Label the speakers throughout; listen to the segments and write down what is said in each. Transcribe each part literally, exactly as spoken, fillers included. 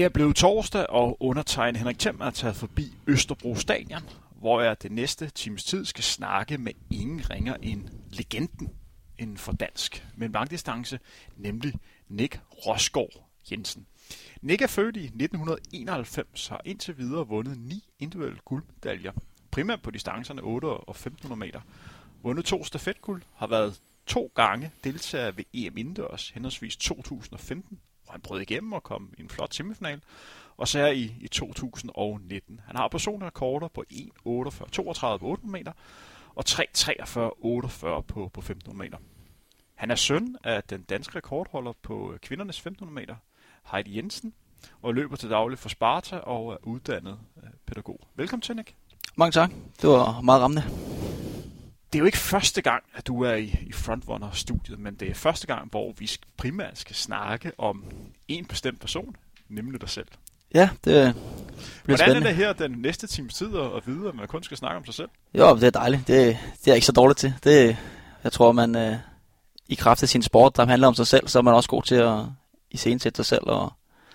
Speaker 1: Det er blevet torsdag, og undertegnet Henrik Thiem er taget forbi Østerbro Stadion, hvor jeg det næste times tid skal snakke med ingen ringer end legenden inden for dansk med langdistance, nemlig Nick Rosgaard Jensen. Nick er født i nitten enoghalvfems og har indtil videre vundet ni individuelle guldmedaljer, primært på distancerne otte og femten hundrede meter. Vundet to stafetguld, har været to gange deltager ved E M indendørs, henholdsvis to tusind og femten, hvor han brød igennem og kom i en flot semifinal, og så her i, i to tusind og nitten. Han har personlige rekorder på en otteogfyrre toogtredive på otte hundrede meter og tre treogfyrre otteogfyrre på, på femten hundrede meter. Han er søn af den danske rekordholder på kvindernes femten hundrede meter, Heidi Jensen, og løber til daglig for Sparta og er uddannet pædagog. Velkommen til, Nick.
Speaker 2: Mange tak. Det var meget rammende.
Speaker 1: Det er jo ikke første gang, at du er i, i Frontrunner-studiet, men det er første gang, hvor vi primært skal snakke om en bestemt person, nemlig dig selv.
Speaker 2: Ja, det bliver
Speaker 1: Hvordan
Speaker 2: spændende.
Speaker 1: er det her den næste times tid at vide, at man kun skal snakke om sig selv?
Speaker 2: Jo, det er dejligt. Det, det er jeg ikke så dårligt til. Det, jeg tror, man øh, i kraft af sin sport, der handler om sig selv, så er man også god til at iscenesætte sig selv og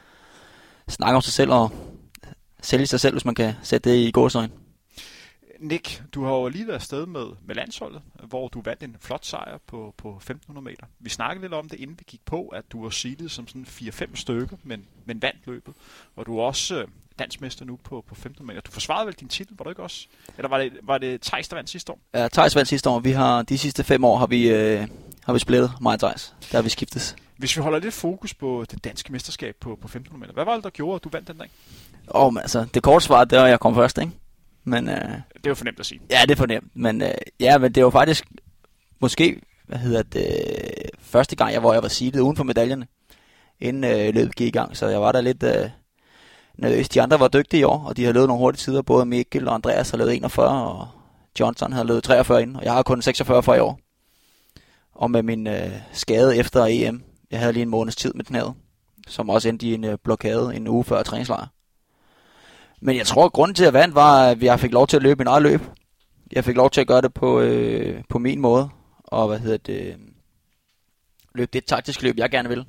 Speaker 2: snakke om sig selv og sælge sig selv, hvis man kan sætte det i gåseøjne.
Speaker 1: Nick, du har jo lige været afsted med, med landsholdet, hvor du vandt en flot sejr på, på femten hundrede meter. Vi snakkede lidt om det, inden vi gik på, at du var seedet som sådan fire fem stykker, men, men vandt løbet. Og du er også øh, dansmester nu på, på femten hundrede meter. Du forsvarede vel din titel, var du ikke også? Eller var det, var det Theis, der vandt sidste år?
Speaker 2: Ja, Theis vandt sidste år. Vi har, de sidste fem år har vi, øh, har vi splittet, mig og Theis. Der har vi skiftet.
Speaker 1: Hvis vi holder lidt fokus på det danske mesterskab på, på femten hundrede meter, hvad var det, der gjorde, at du vandt den dag?
Speaker 2: Åh, oh, men altså, det korte svar, det var, at jeg kom først, ikke? Men, øh,
Speaker 1: det er jo fornemt at sige.
Speaker 2: Ja, det er fornemt. Men, øh, ja, men det var faktisk måske, hvad hedder det, første gang, jeg, hvor jeg var seedet uden for medaljerne, inden øh, løbet gik i gang. Så jeg var der lidt øh, nervøs. De andre var dygtige i år, og de har løbet nogle hurtige tider. Både Mikkel og Andreas har løbet enogfyrre, og Johnson har løbet treogfyrre inden, og jeg har kun seksogfyrre for i år. Og med min øh, skade efter E M, jeg havde lige en måneds tid med knæet, som også endte i en øh, blokade en uge før træningslejr. Men jeg tror, at grunden til at jeg vandt var, at jeg fik lov til at løbe min eget løb. Jeg fik lov til at gøre det på, øh, på min måde. Og hvad hedder det? Løb det taktiske løb, jeg gerne vil.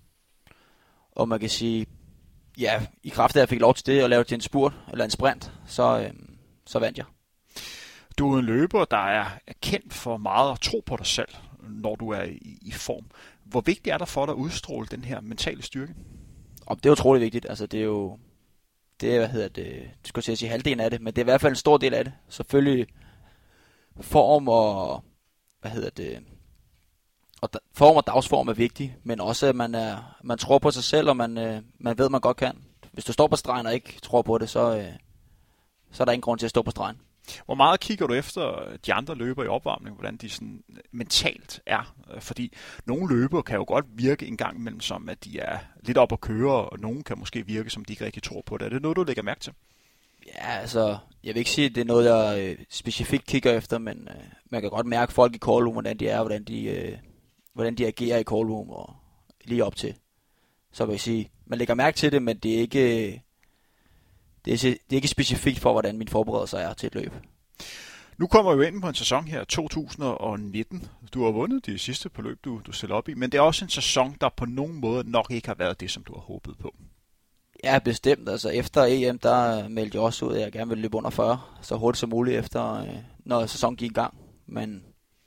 Speaker 2: Og man kan sige, ja, i kraft af, at jeg fik lov til det, at lave det til en spurt eller en sprint, så, øh, så vandt jeg.
Speaker 1: Du er en løber, der er kendt for meget at tro på dig selv, når du er i, i form. Hvor vigtigt er det for dig at udstråle den her mentale styrke?
Speaker 2: Og det er utroligt vigtigt. Altså, det er jo... Det er, hvad hedder det, du skal sige halvdelen af det, men det er i hvert fald en stor del af det. Selvfølgelig form og, hvad hedder det, og form og dagsform er vigtig, men også at man, er, man tror på sig selv, og man, øh, man ved, man godt kan. Hvis du står på stregen og ikke tror på det, så, øh, så er der ingen grund til at stå på stregen.
Speaker 1: Hvor meget kigger du efter de andre løbere i opvarmning, hvordan de sådan mentalt er? Fordi nogle løbere kan jo godt virke en gang imellem som, at de er lidt op at køre, og nogle kan måske virke, som de ikke rigtig tror på det. Er det noget, du lægger mærke til?
Speaker 2: Ja, altså, jeg vil ikke sige, at det er noget, jeg øh, specifikt kigger efter, men øh, man kan godt mærke folk i call room, hvordan de er, hvordan de, øh, hvordan de agerer i call room, og lige op til. Så vil jeg sige, man lægger mærke til det, men det er ikke... Øh, Det er, det er ikke specifikt for, hvordan min forberedelse er til et løb.
Speaker 1: Nu kommer vi ind på en sæson her, to tusind og nitten. Du har vundet de sidste på løb, du, du stiller op i, men det er også en sæson, der på nogen måde nok ikke har været det, som du har håbet på.
Speaker 2: Ja, bestemt. Altså efter E M, der meldte jeg også ud, at jeg gerne ville løbe under fyrre, så hurtigt som muligt efter, når sæsonen gik i gang. Men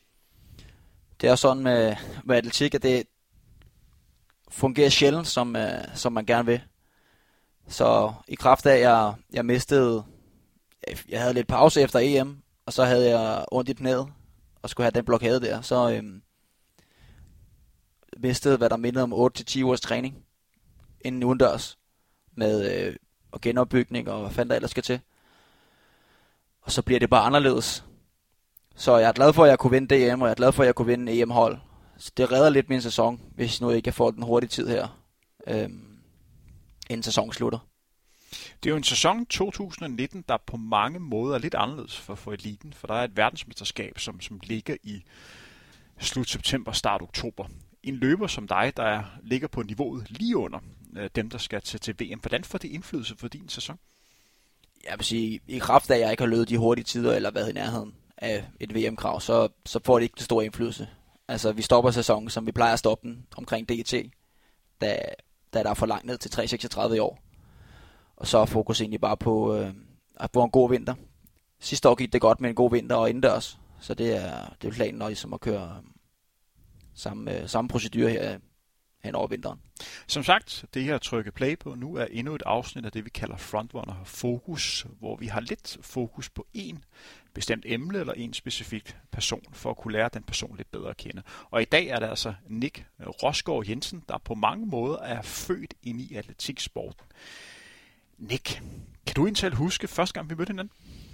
Speaker 2: det er sådan med, med atletik, at det fungerer sjældent, som, som man gerne vil. Så i kraft af, at jeg, jeg mistede, jeg havde lidt pause efter E M, og så havde jeg ondt i knæet, og skulle have den blokade der, så øhm, mistede, hvad der mindede om otte til ti ugers træning, inden udendørs, med øh, og genopbygning, og hvad fanden der ellers skal til. Og så bliver det bare anderledes. Så jeg er glad for, at jeg kunne vinde D M, og jeg er glad for, at jeg kunne vinde E M-hold. Så det redder lidt min sæson, hvis nu jeg ikke får den hurtige tid her. Øhm, inden sæsonen slutter.
Speaker 1: Det er jo en sæson to tusind og nitten, der på mange måder er lidt anderledes for, for eliten, for der er et verdensmesterskab, som, som ligger i slut september, start oktober. En løber som dig, der ligger på niveauet lige under øh, dem, der skal til, til V M. Hvordan får det indflydelse for din sæson?
Speaker 2: Jeg vil sige, i kraft af, at jeg ikke har løbet de hurtige tider, eller været i nærheden af et V M-krav, så, så får det ikke det store indflydelse. Altså, vi stopper sæsonen, som vi plejer at stoppe den, omkring D T, da, da der er for langt ned til tre seksogtredive i år. og så fokus egentlig bare på øh, at få en god vinter. Sidste år gik det godt med en god vinter og indendørs, så det er, det er planen, når ligesom at køre samme, øh, samme procedure her hen over vinteren.
Speaker 1: Som sagt, det her trykke play på nu er endnu et afsnit af det, vi kalder Frontrunner Fokus, hvor vi har lidt fokus på en bestemt emne eller en specifik person, for at kunne lære den person lidt bedre at kende. Og i dag er det altså Nick Rosgaard Jensen, der på mange måder er født ind i atletiksporten. Nick, kan du egentlig huske første gang, vi mødte hinanden?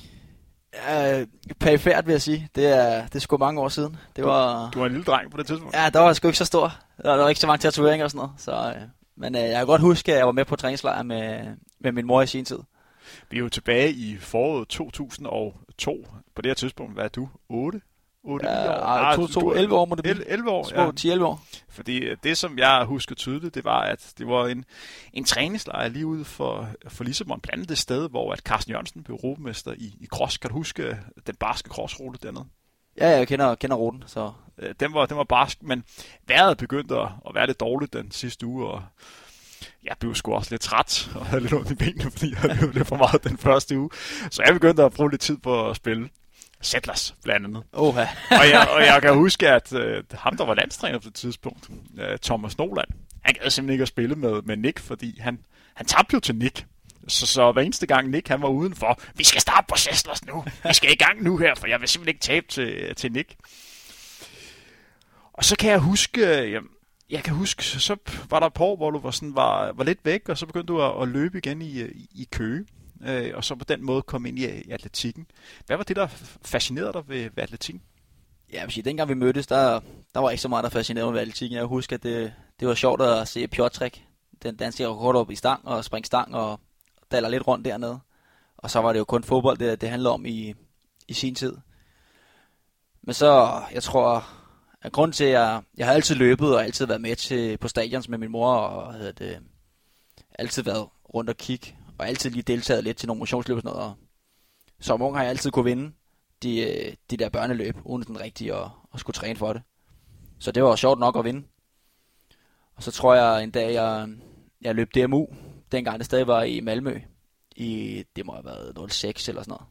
Speaker 2: Ja, perifært vil jeg sige. Det er, det er sgu mange år siden. Det var...
Speaker 1: Du var en lille dreng på det tidspunkt?
Speaker 2: Ja, der var sgu ikke så stor. Der var ikke så mange tatoveringer og sådan noget. Så, øh, men øh, jeg kan godt huske, at jeg var med på træningslejr med, med min mor i sin tid.
Speaker 1: Vi er jo tilbage i foråret to tusind og to. På det her tidspunkt, hvad er du? otte? otte
Speaker 2: ja,
Speaker 1: år?
Speaker 2: Ah, to, to, elleve år må det blive.
Speaker 1: elleve år, ja.
Speaker 2: ti elleve år.
Speaker 1: Fordi det, som jeg husker tydeligt, det var, at det var en, en træningslejr lige ude for, for Lissabon, blandt andet det sted, hvor at Carsten Jørgensen blev europamester i, i cross. Kan du huske den barske crossrute dernede?
Speaker 2: Ja, jeg kender, kender ruten. Så.
Speaker 1: Den var, den var barsk, men vejret begyndte at, at være lidt dårligt den sidste uge, og jeg blev sgu også lidt træt og havde lidt ondt i benene, fordi jeg havde løbet lidt for meget den første uge. Så jeg begyndte at bruge lidt tid på at spille Settlers blandt andet.
Speaker 2: Oha.
Speaker 1: og, jeg, og jeg kan huske, at øh, ham, der var landstræner på det tidspunkt, øh, Thomas Noland, han gad simpelthen ikke at spille med, med Nick, fordi han, han tabte jo til Nick. Så, så hver eneste gang Nick han var udenfor, vi skal starte på Settlers nu, vi skal i gang nu her, for jeg vil simpelthen ikke tabe til, til Nick. Og så kan jeg huske, jeg, jeg kan huske, så var der et par år, hvor du var, sådan, var, var lidt væk, og så begyndte du at, at løbe igen i, i, i Køge. Øh, og så på den måde komme ind i, i atletikken. Hvad var det, der fascinerede dig ved, ved atletikken?
Speaker 2: Ja, hvis I dengang vi mødtes, der, der var ikke så meget, der fascinerede mig ved atletikken. Jeg husker, at det, det var sjovt at se pjotræk. Den danske rekord op i stang og springe stang og daler lidt rundt dernede. Og så var det jo kun fodbold, det, det handlede om i, i sin tid. Men så, jeg tror, at grunden til, at jeg, jeg har altid løbet og altid været med til på stadions med min mor, og havde det, altid været rundt og kigge, og altid lige deltaget lidt til nogle motionsløb og sådan noget. Og som ung har jeg altid kunne vinde de, de der børneløb, uden den rigtige at, at skulle træne for det. Så det var sjovt nok at vinde. Og så tror jeg en dag, jeg, jeg løb D M U, dengang det stadig var i Malmø, i, det må have været nul seks eller sådan noget.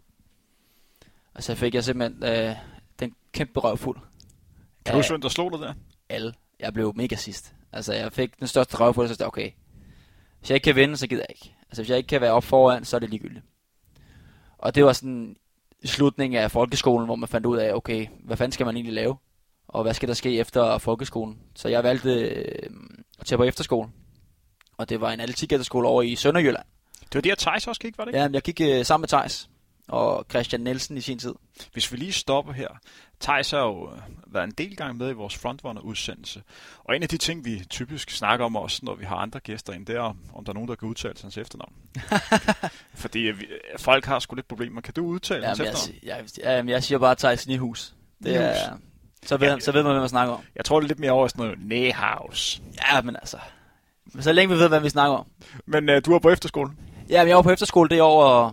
Speaker 2: Og så fik jeg simpelthen øh, den kæmpe røvfuld.
Speaker 1: Kan du huske, hvem der slog dig der?
Speaker 2: Alle. Jeg blev mega sidst. Altså, jeg fik den største røvfuld, så jeg okay, hvis jeg ikke kan vinde, så gider jeg ikke. Altså, hvis jeg ikke kan være op foran, så er det ligegyldigt. Og det var sådan i slutningen af folkeskolen, hvor man fandt ud af, okay, hvad fanden skal man egentlig lave? Og hvad skal der ske efter folkeskolen? Så jeg valgte øh, at tage på efterskole. Og det var en atletik-efterskole over i Sønderjylland.
Speaker 1: Det var det, at Theis også gik, var det ikke?
Speaker 2: Ja, jeg gik øh, sammen med Theis og Christian Nielsen i sin tid.
Speaker 1: Hvis vi lige stopper her. Theis har jo været en del gange med i vores Frontrunner-udsendelse. Og en af de ting, vi typisk snakker om også, når vi har andre gæster ind, det er, om der er nogen, der kan udtale hans efternavn. Fordi vi, folk har sgu lidt problemer. Kan du udtale hans efternavn?
Speaker 2: Jeg, jeg, jeg, jeg siger bare Theis Nihus. Det er, så, ved, ja, så ved man, hvad man snakker om.
Speaker 1: Jeg tror, det er lidt mere over sådan noget Nehaus.
Speaker 2: Ja, men altså... Så længe vi ved, hvad vi snakker om.
Speaker 1: Men øh, du var på efterskolen?
Speaker 2: Ja, men jeg var på efterskole det år, og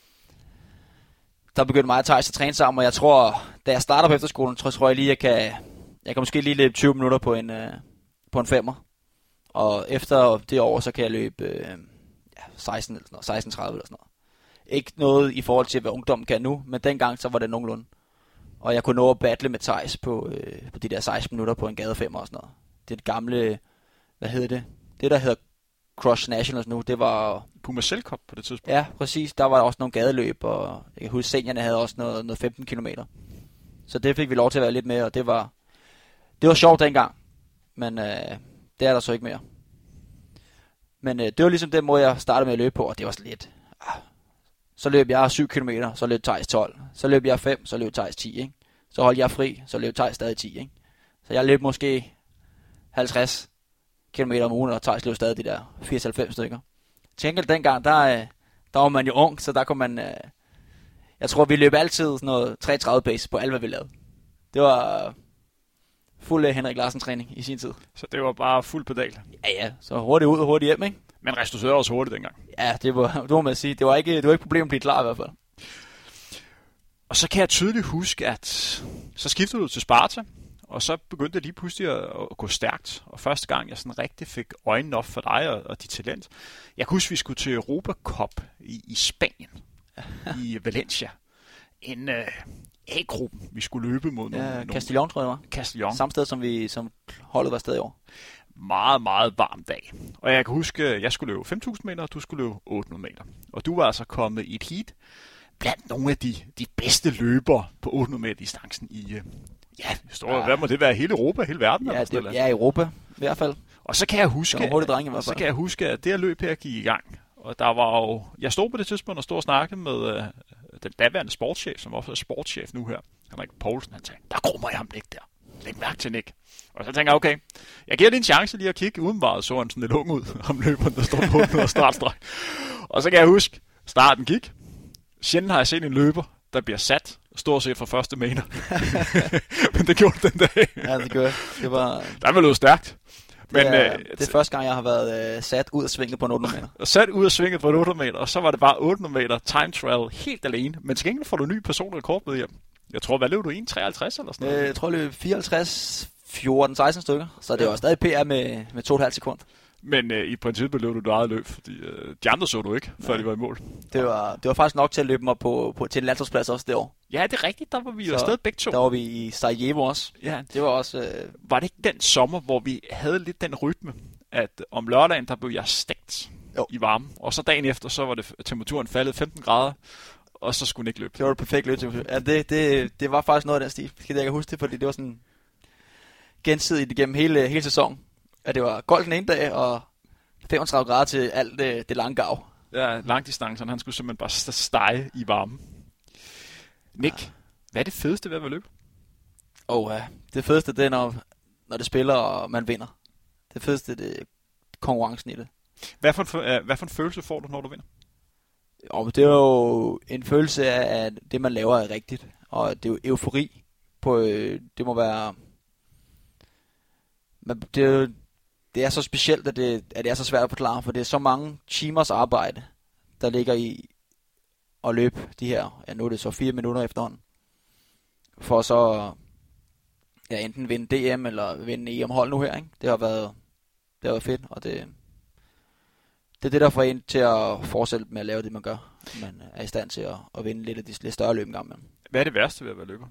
Speaker 2: der begyndte mig og Theis at træne sammen, og jeg tror, da jeg starter på efterskolen, tror, tror jeg lige, jeg kan, jeg kan måske lige løbe tyve minutter på en, øh, på en femmer. Og efter det år, så kan jeg løbe øh, ja, seksten eller sådan noget, seksten tredive eller sådan noget. Ikke noget i forhold til, hvad ungdommen kan nu, men dengang, så var det nogenlunde. Og jeg kunne nå at battle med Theis på, øh, på de der seksten minutter på en gadefemmer og sådan noget. Det er det gamle, hvad hedder det? Det, der hedder Cross Nationals nu, det var...
Speaker 1: Puma Cell Cup på det tidspunkt?
Speaker 2: Ja, præcis. Der var også nogle gadeløb, og jeg kan huske, seniorerne havde også noget, noget femten kilometer. Så det fik vi lov til at være lidt med, og det var, det var sjovt dengang. Men øh, det er der så ikke mere. Men øh, det var ligesom den måde, jeg startede med at løbe på, og det var så lidt... Ah. Så løb jeg syv kilometer, så løb Theis tolv. Så løb jeg fem, så løb Theis ti, ikke? Så holdt jeg fri, så løb Theis stadig ti, ikke? Så jeg løb måske halvtreds kilometer om ugen, og Theis løb stadig de der firs til halvfems stykker. Tænker dengang, der, der var man jo ung, så der kunne man... Jeg tror, vi løb altid sådan noget treogtredive pace på alt, hvad vi lavede. Det var fuld Henrik Larsen træning i sin tid.
Speaker 1: Så det var bare fuld pedal?
Speaker 2: Ja, ja. Så hurtigt ud og hurtigt hjem, ikke?
Speaker 1: Men restituerede også hurtigt dengang?
Speaker 2: Ja, det var, det må man sige. Det var ikke, det var ikke problem at blive klar i hvert fald.
Speaker 1: Og så kan jeg tydeligt huske, at så skiftede du til Sparta, Og så begyndte det lige pludselig at, at gå stærkt. Og første gang, jeg sådan rigtig fik øjnene op for dig og, og dit talent. Jeg kunne huske, vi skulle til Europa Cup i, i Spanien. I Valencia. En øh, A-gruppen, vi skulle løbe mod.
Speaker 2: Ja,
Speaker 1: nogle,
Speaker 2: Castellón, tror jeg var.
Speaker 1: Castellón.
Speaker 2: Samme sted, som, vi, som holdet var stadig i år.
Speaker 1: Meget, meget varm dag. Og jeg kan huske, at jeg skulle løbe fem tusind meter, og du skulle løbe otte hundrede meter. Og du var altså kommet i et heat blandt nogle af de, de bedste løbere på otte hundrede meter distancen i, øh, ja, står, ja, hvad må det være, hele Europa, hele verden?
Speaker 2: Ja, det, ja, Europa i hvert fald.
Speaker 1: Og så kan jeg huske,
Speaker 2: hurtigt dreng, i hvert
Speaker 1: og
Speaker 2: fald.
Speaker 1: så kan jeg huske, at det her løb her gik i gang. Og der var jo, jeg stod på det tidspunkt og stod og snakkede med øh, den daværende sportschef, som også er sportschef nu her, Henrik Poulsen. Han sagde, der krummer jeg ham Nick der. Læg mærke til Nick. Og så tænker jeg, okay, jeg giver lige en chance lige at kigge udenbart, så han sådan lidt ung ud, om løberen, der står på hundrede startstreg. Og så kan jeg huske, starten gik. Sjældent har jeg set en løber, der bliver sat, stort set fra første meter. Men det gjorde den dag.
Speaker 2: Ja, det gjorde det. Var...
Speaker 1: Der var løbet stærkt. Men,
Speaker 2: det, er,
Speaker 1: øh,
Speaker 2: det er første gang, jeg har været øh, sat ud af svinget på en otte hundrede meter.
Speaker 1: Sat ud af svinget på en otte hundrede meter, og så var det bare otte hundrede meter time trial helt alene. Men til gengæld får du en ny personrekord med hjem. Jeg tror, hvad løb du? en treoghalvtreds eller sådan noget?
Speaker 2: Øh, jeg tror, jeg løb fireoghalvtreds, fjorten, seksten stykker. Så det var stadig P R med, med to komma fem sekund.
Speaker 1: Men øh, i princippet løb du dit eget løb, fordi øh, de andre så du ikke, før de var i mål.
Speaker 2: Det var, det var faktisk nok til at løbe mig på, på, til en landsholdsplads også det år.
Speaker 1: Ja, det er rigtigt. Der var vi jo
Speaker 2: så
Speaker 1: afsted begge to.
Speaker 2: Der var vi i Sarajevo også.
Speaker 1: Ja.
Speaker 2: Det var også... Øh...
Speaker 1: Var det ikke den sommer, hvor vi havde lidt den rytme, at om lørdagen, der blev jeg stegt jo. i varme. Og så dagen efter, så var det temperaturen faldet femten grader, og så skulle den ikke løbe.
Speaker 2: Det var det perfekt løb. Ja, det, det, det var faktisk noget af den stil. Jeg kan huske det, fordi det var sådan gensidigt igennem hele, hele sæsonen. At det var koldt den ene dag, og femogtredive grader til alt det, det lange gav.
Speaker 1: Ja, langdistancen. Han skulle simpelthen bare stege i varmen. Nick, ja. Hvad er det fedeste ved at være løb?
Speaker 2: Åh, oh, ja. Det fedeste, det er, når, når det spiller, og man vinder. Det fedeste, det er konkurrencen i det.
Speaker 1: Hvad for en, hvad for en følelse får du, når du vinder?
Speaker 2: Oh, det er jo en følelse af, at det, man laver, er rigtigt. Og det er jo eufori. På, det må være... Det er, det er så specielt, at det, at det er så svært at forklare, for det er så mange timers arbejde, der ligger i at løbe de her, ja nu er det så fire minutter efterhånden, for så ja, enten vinde D M eller vinde E M-hold nu her, ikke? Det har været, det har været fedt, og det, det er det, der får en til at fortsætte med at lave det, man gør. Man er i stand til at, at vinde lidt af de lidt større løb en gang imellem.
Speaker 1: Hvad er det værste ved at være løber?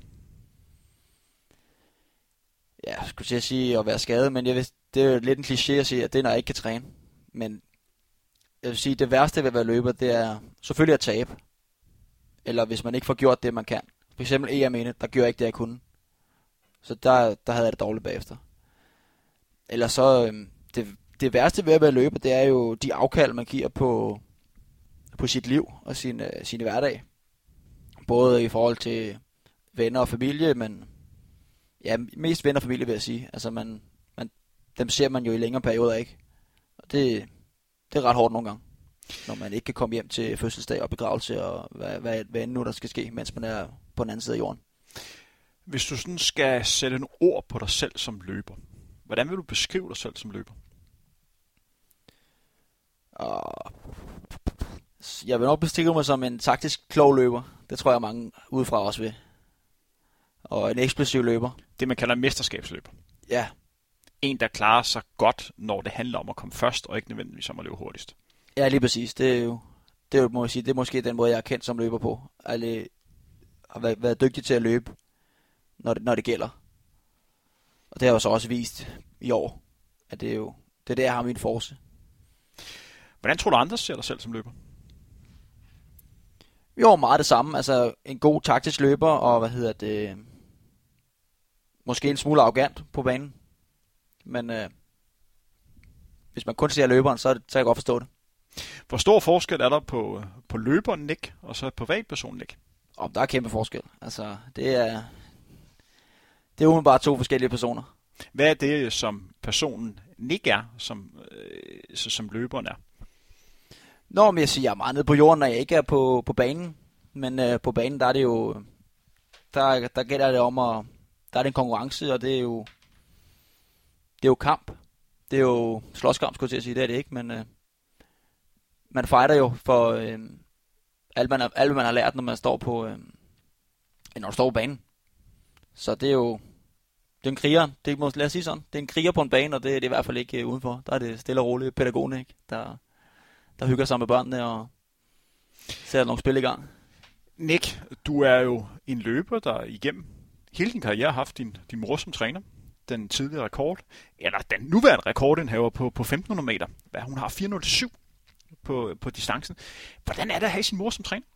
Speaker 2: Ja, jeg skulle til at sige at være skadet, men jeg ved, det er jo lidt en kliché at sige, at det er, når jeg ikke kan træne. Men jeg vil sige, at det værste ved at være løber, det er selvfølgelig at tabe. Eller hvis man ikke får gjort det, man kan. For eksempel E M ene, der gjorde jeg ikke det, jeg kunne. Så der, der havde jeg det dårligt bagefter. Eller så, øhm, det, det værste ved at være løber, det er jo de afkald, man giver på, på sit liv og sin, øh, sin hverdag. Både i forhold til venner og familie, men ja, mest venner og familie, vil jeg sige. Altså, man, man, dem ser man jo i længere perioder, ikke? Og det, det er ret hårdt nogle gange, når man ikke kan komme hjem til fødselsdag og begravelse, og hvad, hvad, hvad end nu der skal ske, mens man er på den anden side af jorden.
Speaker 1: Hvis du sådan skal sætte en ord på dig selv som løber, hvordan vil du beskrive dig selv som løber?
Speaker 2: Og jeg vil nok beskrive mig som en taktisk klog løber. Det tror jeg mange udefra også vil. Og en eksplosiv løber.
Speaker 1: Det man kalder en mesterskabsløber.
Speaker 2: Ja.
Speaker 1: En, der klarer sig godt, når det handler om at komme først, og ikke nødvendigvis om at løbe hurtigst.
Speaker 2: Ja, lige præcis. Det er jo, det er jo, må jeg sige, det er måske den måde, jeg er kendt som løber på. Jeg har været, været dygtig til at løbe, når det, når det gælder. Og det har jeg så også vist i år, at det er jo det er der, jeg har min force.
Speaker 1: Hvordan tror du, andre ser dig selv som løber?
Speaker 2: Jo, meget det samme. Altså en god taktisk løber, og hvad hedder det, måske en smule arrogant på banen. Men øh, hvis man kun ser løberen, så, det, så kan jeg godt forstå det.
Speaker 1: Hvor stor forskel er der på, på løberen Nick, og så privatpersonen Nick?
Speaker 2: Oh, der er kæmpe forskel. Altså, det er, det er umiddelbart to forskellige personer.
Speaker 1: Hvad er det, som personen Nick er, som, øh, som løberen er?
Speaker 2: Nå, men jeg siger, jeg er meget nede på jorden, når jeg ikke er på, på banen. Men øh, på banen, der er det jo, der, der gælder det om at, der er det en konkurrence, og det er jo, det er jo kamp. Det er jo slåskamp, skulle jeg til at sige, det er det ikke, men øh, man fighter jo for øh, alt, man, alt, man har lært, når man står på, øh, når man står på banen. Så det er jo, det er en kriger. Det må lad os sige sådan. Det er en kriger på en bane, og det er det i hvert fald ikke uh, udenfor. Der er det stille og roligt pædagogerne, ikke? Der, der hygger sig med børnene og sætter nogle spil i gang.
Speaker 1: Nick, du er jo en løber, der igennem hele din karriere har haft din, din mor som træner. Den tidligere rekord, eller den nuværende rekordindhaver på, på femten hundrede meter. Hvad, hun har fire nul syv på, på distancen. Hvordan er det at have sin mor som træner?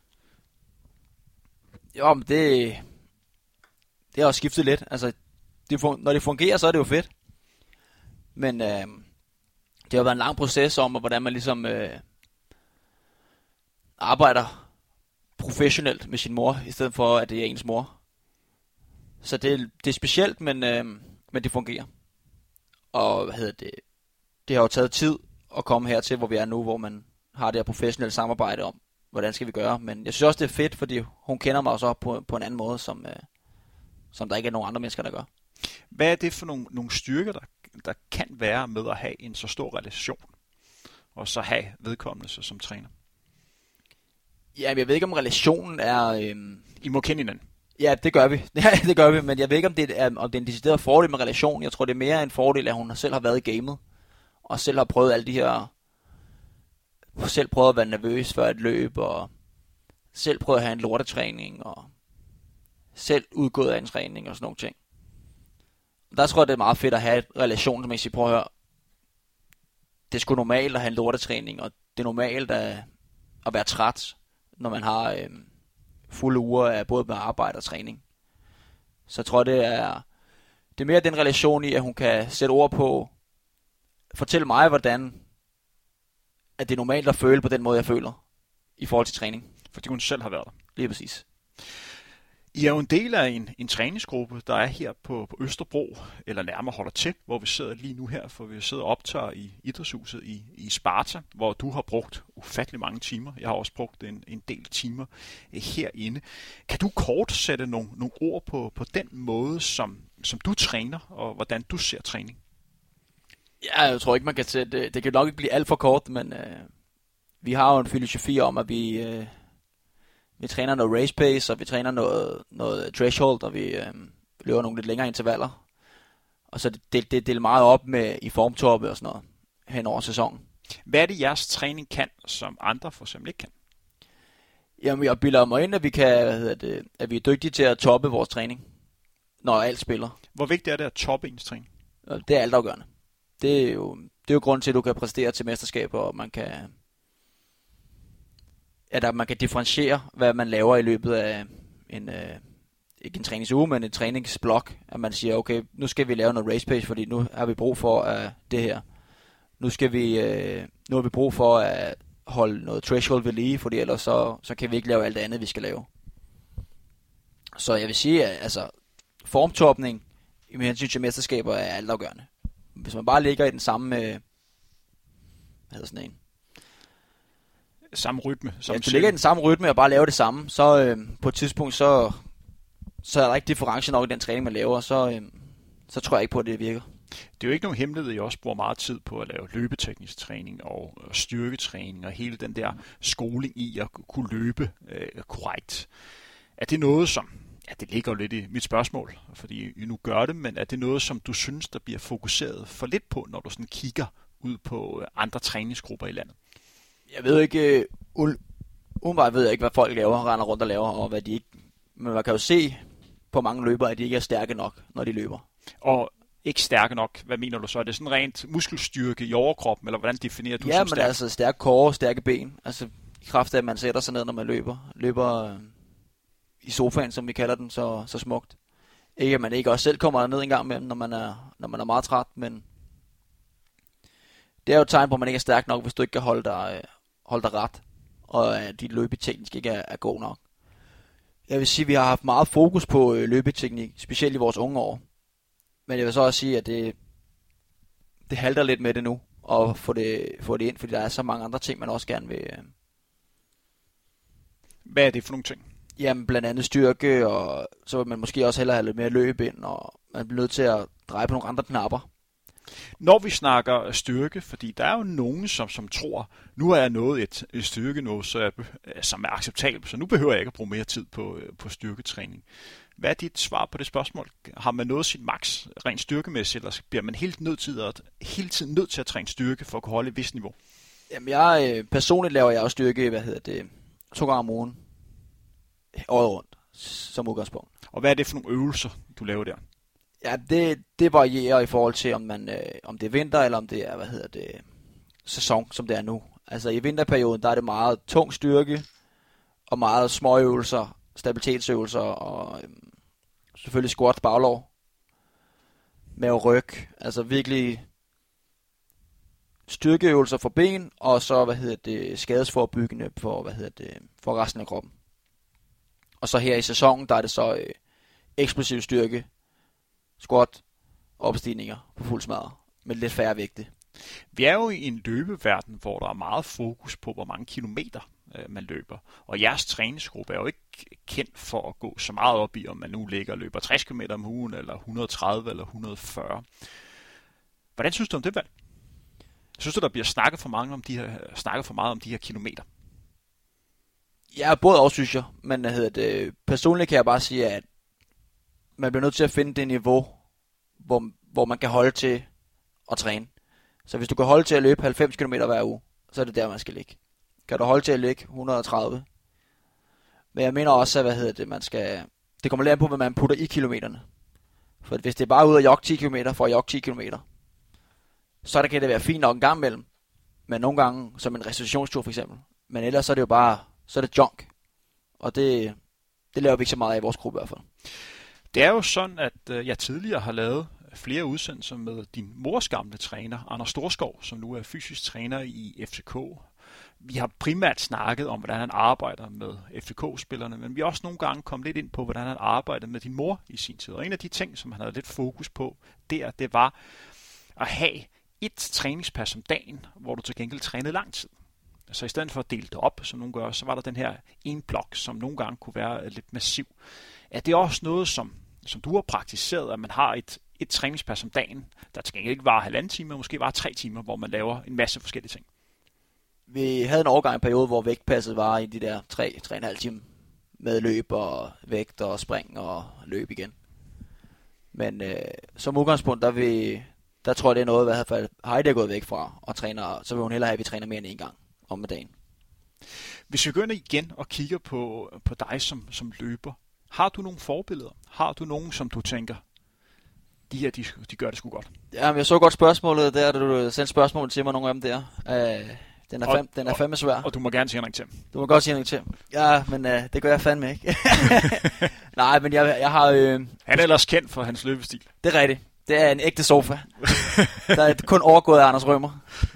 Speaker 2: Jo, men det, det har også skiftet lidt. Altså, det, når det fungerer, så er det jo fedt. Men øh, det har været en lang proces om, hvordan man ligesom øh, arbejder professionelt med sin mor, i stedet for, at det er ens mor. Så det, det er specielt, men, øh, men det fungerer. Og hvad hedder det? Det har jo taget tid at komme hertil, hvor vi er nu, hvor man har det her professionelle samarbejde om, hvordan skal vi gøre. Men jeg synes også, det er fedt, fordi hun kender mig også på, på en anden måde, som, øh, som der ikke er nogen andre mennesker, der gør.
Speaker 1: Hvad er det for nogle, nogle styrker, der, der kan være med at have en så stor relation, og så have vedkommende som træner?
Speaker 2: Ja, jeg ved ikke, om relationen er... Øh...
Speaker 1: I må kende hinanden.
Speaker 2: Ja, det gør vi. Ja, det gør vi, men jeg ved ikke, om det er, om det er en decideret fordel med relation. Jeg tror, det er mere en fordel, at hun selv har været i gamet, og selv har prøvet alle de her... Selv prøvet at være nervøs før et løb, og selv prøvet at have en lortetræning, og selv udgået af en træning, og sådan nogle ting. Der tror jeg, det er meget fedt at have en relation, som jeg siger, prøv at høre, det er sgu normalt at have en lortetræning, og det er normalt at, at være træt, når man har øh, fulde uger af både med arbejde og træning. Så jeg tror, det er, det er mere den relation i, at hun kan sætte ord på, fortælle mig, hvordan at det er normalt at føle på den måde, jeg føler, i forhold til træning.
Speaker 1: Fordi hun selv har været der.
Speaker 2: Lige præcis.
Speaker 1: I er jo en del af en, en træningsgruppe, der er her på, på Østerbro, eller nærmere holder til, hvor vi sidder lige nu her, for vi sidder og optager i idrætshuset i, i Sparta, hvor du har brugt ufattelig mange timer. Jeg har også brugt en, en del timer herinde. Kan du kort sætte nogle, nogle ord på, på den måde, som, som du træner, og hvordan du ser træning?
Speaker 2: Ja, jeg tror ikke, man kan sætte... Det kan nok ikke blive alt for kort, men øh, vi har jo en filosofi om, at vi... Øh, Vi træner noget race pace, og vi træner noget, noget threshold, og vi øh, løber nogle lidt længere intervaller. Og så det, det, det deler meget op med i formtoppe og sådan noget hen over sæsonen.
Speaker 1: Hvad er det, jeres træning kan, som andre for eksempel ikke kan?
Speaker 2: Jamen, jeg bilder mig ind, at vi, kan, hvad hedder det, at vi er dygtige til at toppe vores træning, når alt spiller.
Speaker 1: Hvor vigtigt er det at toppe ens træning?
Speaker 2: Det er altafgørende. Det er jo, det er jo grunden til, at du kan præstere til mesterskaber, og man kan... at man kan differentiere, hvad man laver i løbet af en, øh, ikke en træningsuge, men en træningsblok. At man siger, okay, nu skal vi lave noget race pace, fordi nu har vi brug for uh, det her. Nu skal vi, øh, nu har vi brug for at holde noget threshold ved lige, fordi ellers så, så kan vi ikke lave alt det andet, vi skal lave. Så jeg vil sige, at altså, formtopning i hensyn til mesterskaber er altafgørende. Hvis man bare ligger i den samme, øh, hvad hedder sådan en,
Speaker 1: samme rytme.
Speaker 2: Ja, hvis du ligger i den samme rytme og bare laver det samme, så øh, på et tidspunkt, så, så er der ikke difference nok i den træning, man laver, så, øh, så tror jeg ikke på, at det virker.
Speaker 1: Det er jo ikke nogen hemmelighed, at I også bruger meget tid på at lave løbeteknisk træning og styrketræning og hele den der skoling i at kunne løbe øh, korrekt. Er det noget, som, ja, det ligger jo lidt i mit spørgsmål, fordi I nu gør det, men er det noget, som du synes, der bliver fokuseret for lidt på, når du sådan kigger ud på andre træningsgrupper i landet?
Speaker 2: Jeg ved ikke, uh, umiddelbart ved jeg ikke, hvad folk laver, render rundt og laver, og hvad de ikke, men man kan jo se på mange løbere, at de ikke er stærke nok, når de løber.
Speaker 1: Og ikke stærke nok, hvad mener du så? Er det sådan rent muskelstyrke i overkroppen, eller hvordan definerer du
Speaker 2: ja,
Speaker 1: som
Speaker 2: men
Speaker 1: stærk?
Speaker 2: Ja, men altså stærke kår, stærke ben, altså i kraft af, at man sætter sig ned, når man løber, løber øh, i sofaen, som vi kalder den, så, så smukt. Ikke at man ikke også selv kommer ned en gang imellem, når man er, når man er meget træt, men det er jo et tegn på, at man ikke er stærk nok, hvis du ikke kan holde dig, øh, holde dig ret, og at dit løbeteknik ikke er, er god nok. Jeg vil sige, at vi har haft meget fokus på øh, løbeteknik, specielt i vores unge år. Men jeg vil så også sige, at det, det halter lidt med det nu, og få det, få det ind, fordi der er så mange andre ting, man også gerne vil. Øh...
Speaker 1: Hvad er det for nogle ting?
Speaker 2: Jamen blandt andet styrke, og så vil man måske også hellere have lidt mere løb ind, og man bliver nødt til at dreje på nogle andre knapper.
Speaker 1: Når vi snakker styrke, fordi der er jo nogen, som, som tror, nu har jeg nået et, et styrke nu, så jeg, som er acceptabelt, så nu behøver jeg ikke at bruge mere tid på, på styrketræning. Hvad er dit svar på det spørgsmål? Har man nået sit max rent styrkemæssigt, eller bliver man helt, nødt til at, hele tiden nødt til at træne styrke for at kunne holde et vist niveau?
Speaker 2: Jamen, jeg, øh, personligt laver jeg også styrke, hvad hedder det, to gange om ugen, året rundt, som udgangspunkt.
Speaker 1: Og hvad er det for nogle øvelser, du laver der?
Speaker 2: Ja, det, det varierer i forhold til, om, man, øh, om det er vinter, eller om det er, hvad hedder det, sæson, som det er nu. Altså i vinterperioden, der er det meget tung styrke, og meget små øvelser, stabilitetsøvelser, og øhm, selvfølgelig squat, baglov, mave, ryg, altså virkelig styrkeøvelser for ben, og så, hvad hedder det, skadesforebyggende for, hvad hedder det, for resten af kroppen. Og så her i sæsonen, der er det så øh, eksplosiv styrke, squat, opstigninger på fuld smadre, med lidt færre vægte.
Speaker 1: Vi er jo i en løbeverden, hvor der er meget fokus på, hvor mange kilometer øh, man løber. Og jeres træningsgruppe er jo ikke kendt for at gå så meget op i, om man nu ligger og løber tres kilometer om ugen, eller et hundrede og tredive eller et hundrede og fyrre. Hvordan synes du om det valg? Synes du, der bliver snakket for, mange om de her, snakket for meget om de her kilometer?
Speaker 2: Ja, både og, synes jeg. Men hvad hedder det, personligt kan jeg bare sige, at man bliver nødt til at finde det niveau, hvor, hvor man kan holde til at træne. Så hvis du kan holde til at løbe halvfems kilometer hver uge, så er det der, man skal ligge. Kan du holde til at ligge et hundrede og tredive? Men jeg mener også, at hvad hedder det, man skal, det kommer lidt an på, hvad man putter i kilometerne. For hvis det er bare ud at jogge ti kilometer for at jogge ti kilometer, så kan det være fint nok en gang imellem. Men nogle gange, som en restitutionstur for eksempel. Men ellers så er det jo bare, så er det junk. Og det, det laver vi ikke så meget af i vores gruppe i hvert fald.
Speaker 1: Det er jo sådan, at jeg tidligere har lavet flere udsendelser med din mors gamle træner, Anders Storskov, som nu er fysisk træner i F C K. Vi har primært snakket om, hvordan han arbejder med F C K-spillerne, men vi har også nogle gange kommet lidt ind på, hvordan han arbejder med din mor i sin tid. Og en af de ting, som han havde lidt fokus på der, det var at have et træningspas om dagen, hvor du til gengæld trænede lang tid. Så i stedet for at dele det op, som nogle gør, så var der den her en blok, som nogle gange kunne være lidt massiv. Er det også noget, som, som du har praktiseret, at man har et, et træningspas om dagen, der til gengæld ikke var halvanden time, måske var tre timer, hvor man laver en masse forskellige ting?
Speaker 2: Vi havde en overgang i en periode, hvor vægtpasset var i de der tre til tre komma fem timer med løb og vægt og spring og løb igen. Men øh, som udgangspunkt, der, vi, der tror jeg, det er noget, i hvert fald Heidi er gået væk fra og træner, så vil hun hellere have, at vi træner mere end en gang om med dagen.
Speaker 1: Hvis vi går ind igen og kigger på, på dig som, som løber, har du nogle forbilleder? Har du nogen, som du tænker, de her, de, de gør det sgu godt?
Speaker 2: Jamen, jeg så godt spørgsmålet der, da du sendte spørgsmål til mig, nogle af dem der. Uh, den, er
Speaker 1: og,
Speaker 2: fem, den er fandme svær.
Speaker 1: Og du må gerne sige noget til.
Speaker 2: Du må godt sige noget til. Ja, men uh, det gør jeg fandme ikke. Nej, men jeg, jeg har... Øh,
Speaker 1: Han er ellers kendt for hans løbestil.
Speaker 2: Det er rigtigt. Det er en ægte sofa. Der er kun overgået af Anders Rømer.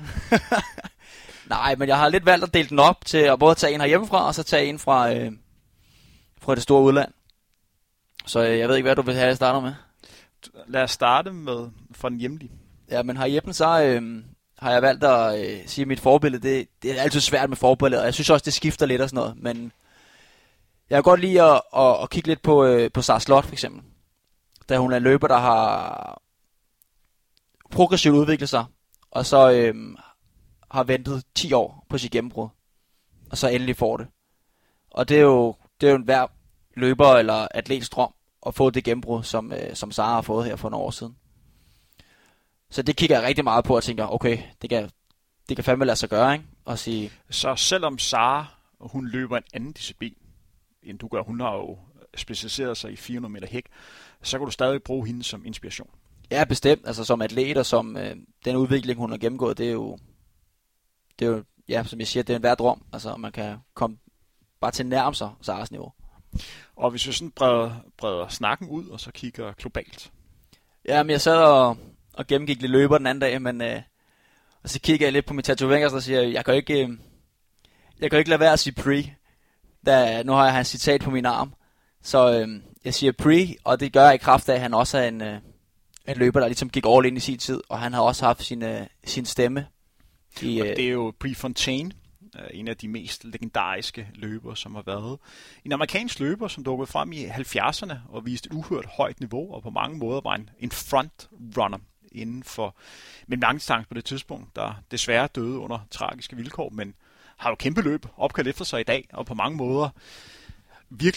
Speaker 2: Nej, men jeg har lidt valgt at dele den op til at både tage en her hjemmefra, og så tage en fra, øh, fra det store udland. Så øh, jeg ved ikke, hvad du vil have, jeg starter med.
Speaker 1: Lad os starte med fra den hjemlige.
Speaker 2: Ja, men herhjemme, så øh, har jeg valgt at øh, sige, at mit forbillede, det, det er altid svært med forbilleder, og jeg synes også, det skifter lidt og sådan noget. Men jeg kan godt lide at, at, at kigge lidt på, øh, på Sara Slot, for eksempel. Da hun er en løber, der har progressivt udviklet sig, og så... Øh, har ventet ti år på sit gennembrud, og så endelig får det. Og det er jo, det er jo en hver løber eller atlets drøm at få det gennembrud, som, øh, som Sara har fået her for nogle år siden. Så det kigger jeg rigtig meget på og tænker, okay, det kan, det kan fandme lade sig gøre, ikke? Og sige,
Speaker 1: så selvom Sara, hun løber en anden disciplin, end du gør, hun har jo specialiseret sig i fire hundrede meter hæk, så kan du stadig bruge hende som inspiration.
Speaker 2: Ja, bestemt. Altså som atlet og som øh, den udvikling, hun har gennemgået, det er jo Det er jo, ja, som jeg siger, det er en hver drøm. Altså, man kan komme bare til nærme sig Saras niveau.
Speaker 1: Og hvis vi sådan breder, breder snakken ud, og så kigger globalt.
Speaker 2: Ja, men jeg sad og, og gennemgik lidt løber den anden dag, men øh, og så kigger jeg lidt på min tatoveringer, og så siger jeg, jeg kan ikke, øh, jeg kan ikke lade være at sige pre. Da, nu har jeg hans citat på min arm. Så øh, jeg siger pre, og det gør jeg i kraft af, at han også er en, øh, en løber, der ligesom gik all in i sin tid, og han har også haft sin, øh, sin stemme.
Speaker 1: I, og det er jo Prefontaine, en af de mest legendariske løbere, som har været. En amerikansk løber, som dukkede frem i halvfjerdserne og viste et uhørt højt niveau, og på mange måder var en, en frontrunner inden for mellemlangdistance på det tidspunkt, der desværre døde under tragiske vilkår, men har jo kæmpe løb opkaldt efter sig i dag, og på mange måder virkelig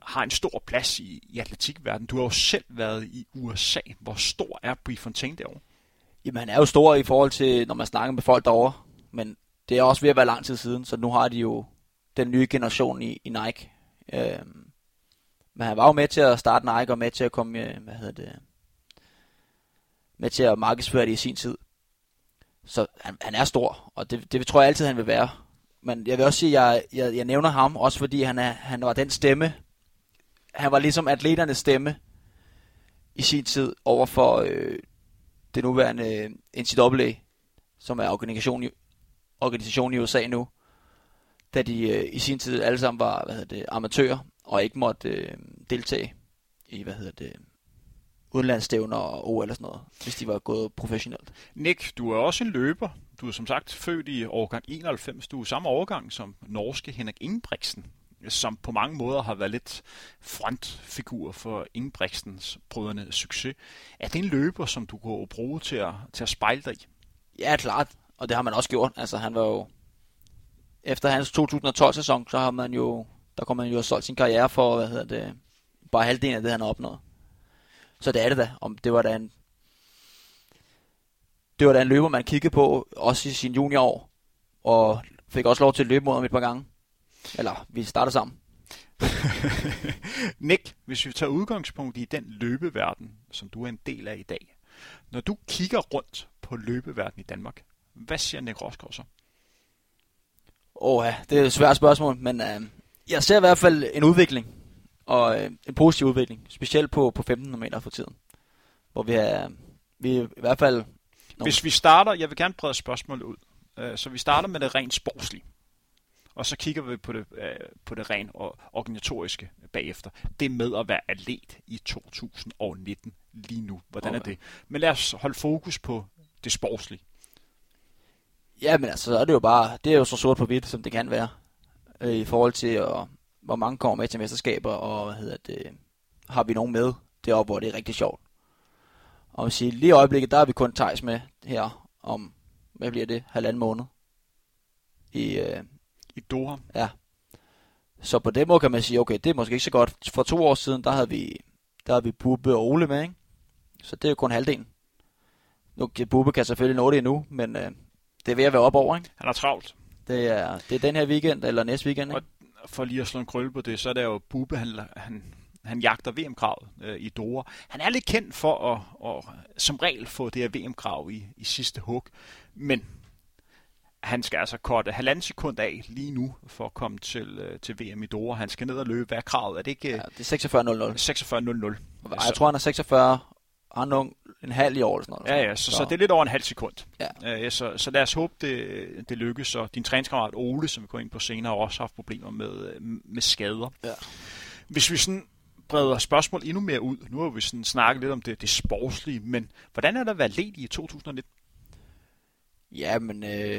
Speaker 1: har en stor plads i, i atletikverdenen. Du har jo selv været i U S A. Hvor stor er Prefontaine derovre?
Speaker 2: Jamen, han er jo stor i forhold til, når man snakker med folk derovre. Men det er også ved at være lang tid siden, så nu har de jo den nye generation i, i Nike. Øhm, men han var jo med til at starte Nike, og med til at komme, hvad hedder det, med til at markedsføre det i sin tid. Så han, han er stor, og det, det tror jeg altid, han vil være. Men jeg vil også sige, at jeg, jeg, jeg nævner ham, også fordi han, er, han var den stemme. Han var ligesom atleternes stemme i sin tid over for øh, det nuværende N C A A, som er organisation i, organisation i U S A nu, da de øh, i sin tid alle sammen var hvad hedder det, amatører, og ikke måtte øh, deltage i, hvad hedder det, udenlandsstævner og O L eller sådan noget, hvis de var gået professionelt.
Speaker 1: Nick, du er også en løber. Du er som sagt født i årgang enoghalvfems. Du er samme årgang som norske Henrik Ingebrigtsen, som på mange måder har været lidt frontfigur for Ingebrigtsens brødrenes succes. Er det en løber, som du kunne bruge til at, til at spejle dig i?
Speaker 2: Ja, klart. Og det har man også gjort. Altså, han var jo... Efter hans to tusind og tolv-sæson, så har man jo... Der kom man jo solgt sin karriere for, hvad hedder det... Bare halvdelen af det, han har opnået. Så det er det da. Om det var da en... Det var da en løber, man kiggede på, også i sin juniorår. Og fik også lov til at løbe mod ham et par gange. Eller, vi startede sammen.
Speaker 1: Nick, hvis vi tager udgangspunkt i den løbeverden, som du er en del af i dag. Når du kigger rundt på løbeverden i Danmark, hvad siger Nick Rosgaard så?
Speaker 2: Åh ja, det er et svært spørgsmål, men øh, jeg ser i hvert fald en udvikling. Og øh, en positiv udvikling. Specielt på, på femten meter for tiden. Hvor vi er, vi er i hvert fald... Nogle...
Speaker 1: Hvis vi starter, jeg vil gerne brede spørgsmålet ud. Uh, så vi starter med det rent sportslige. Og så kigger vi på det, uh, på det rent og organisatoriske bagefter. Det med at være atlet i to tusind og nitten lige nu. Hvordan okay. er det? Men lad os holde fokus på det sportslige.
Speaker 2: Ja, men altså, så er det jo bare... Det er jo så sort på hvidt, som det kan være. Øh, I forhold til, at, hvor mange kommer med til mesterskaber, og hvad hedder det... Har vi nogen med deroppe, hvor det er rigtig sjovt. Og sige, lige i øjeblikket, der er vi kun Theis med her om, hvad bliver det, halvanden måned. I, øh,
Speaker 1: I Doha?
Speaker 2: Ja. Så på den måde kan man sige, okay, det er måske ikke så godt. For to år siden, der havde vi, der havde vi Bubbe og Ole med, ikke? Så det er jo kun halvdelen. Nu, Bubbe kan selvfølgelig nå det endnu, men øh, det er ved at være op over, ikke?
Speaker 1: Han er travlt.
Speaker 2: Det er, det er den her weekend, eller næste weekend, ikke?
Speaker 1: Og for lige at slå en krølle på det, så er det jo Bubbe, han... han Han jagter V M-kravet øh, i Doha. Han er lidt kendt for at, at som regel få det her V M-krav i, i sidste hug. Men han skal altså korte halvanden sekund af lige nu for at komme til, øh, til V M i Doha. Han skal ned og løbe. Hvad er kravet? Er det ikke...
Speaker 2: Ja, det er seksogfyrre nul nul.
Speaker 1: seksogfyrre nul nul.
Speaker 2: Jeg så. tror, han er seksogfyrre. Han er en halv i år eller sådan noget.
Speaker 1: Ja, ja, så, så. så det er lidt over en halv sekund.
Speaker 2: Ja.
Speaker 1: Øh, så, så lad os håbe, det, det lykkes. Og din træningskammerat Ole, som vi går ind på senere, har også haft problemer med, med skader.
Speaker 2: Ja.
Speaker 1: Hvis vi sådan breder spørgsmål endnu mere ud. Nu har vi sådan snakket lidt om det, det sportslige, men hvordan er der at være atlet i to tusind og nitten?
Speaker 2: Ja, men øh, det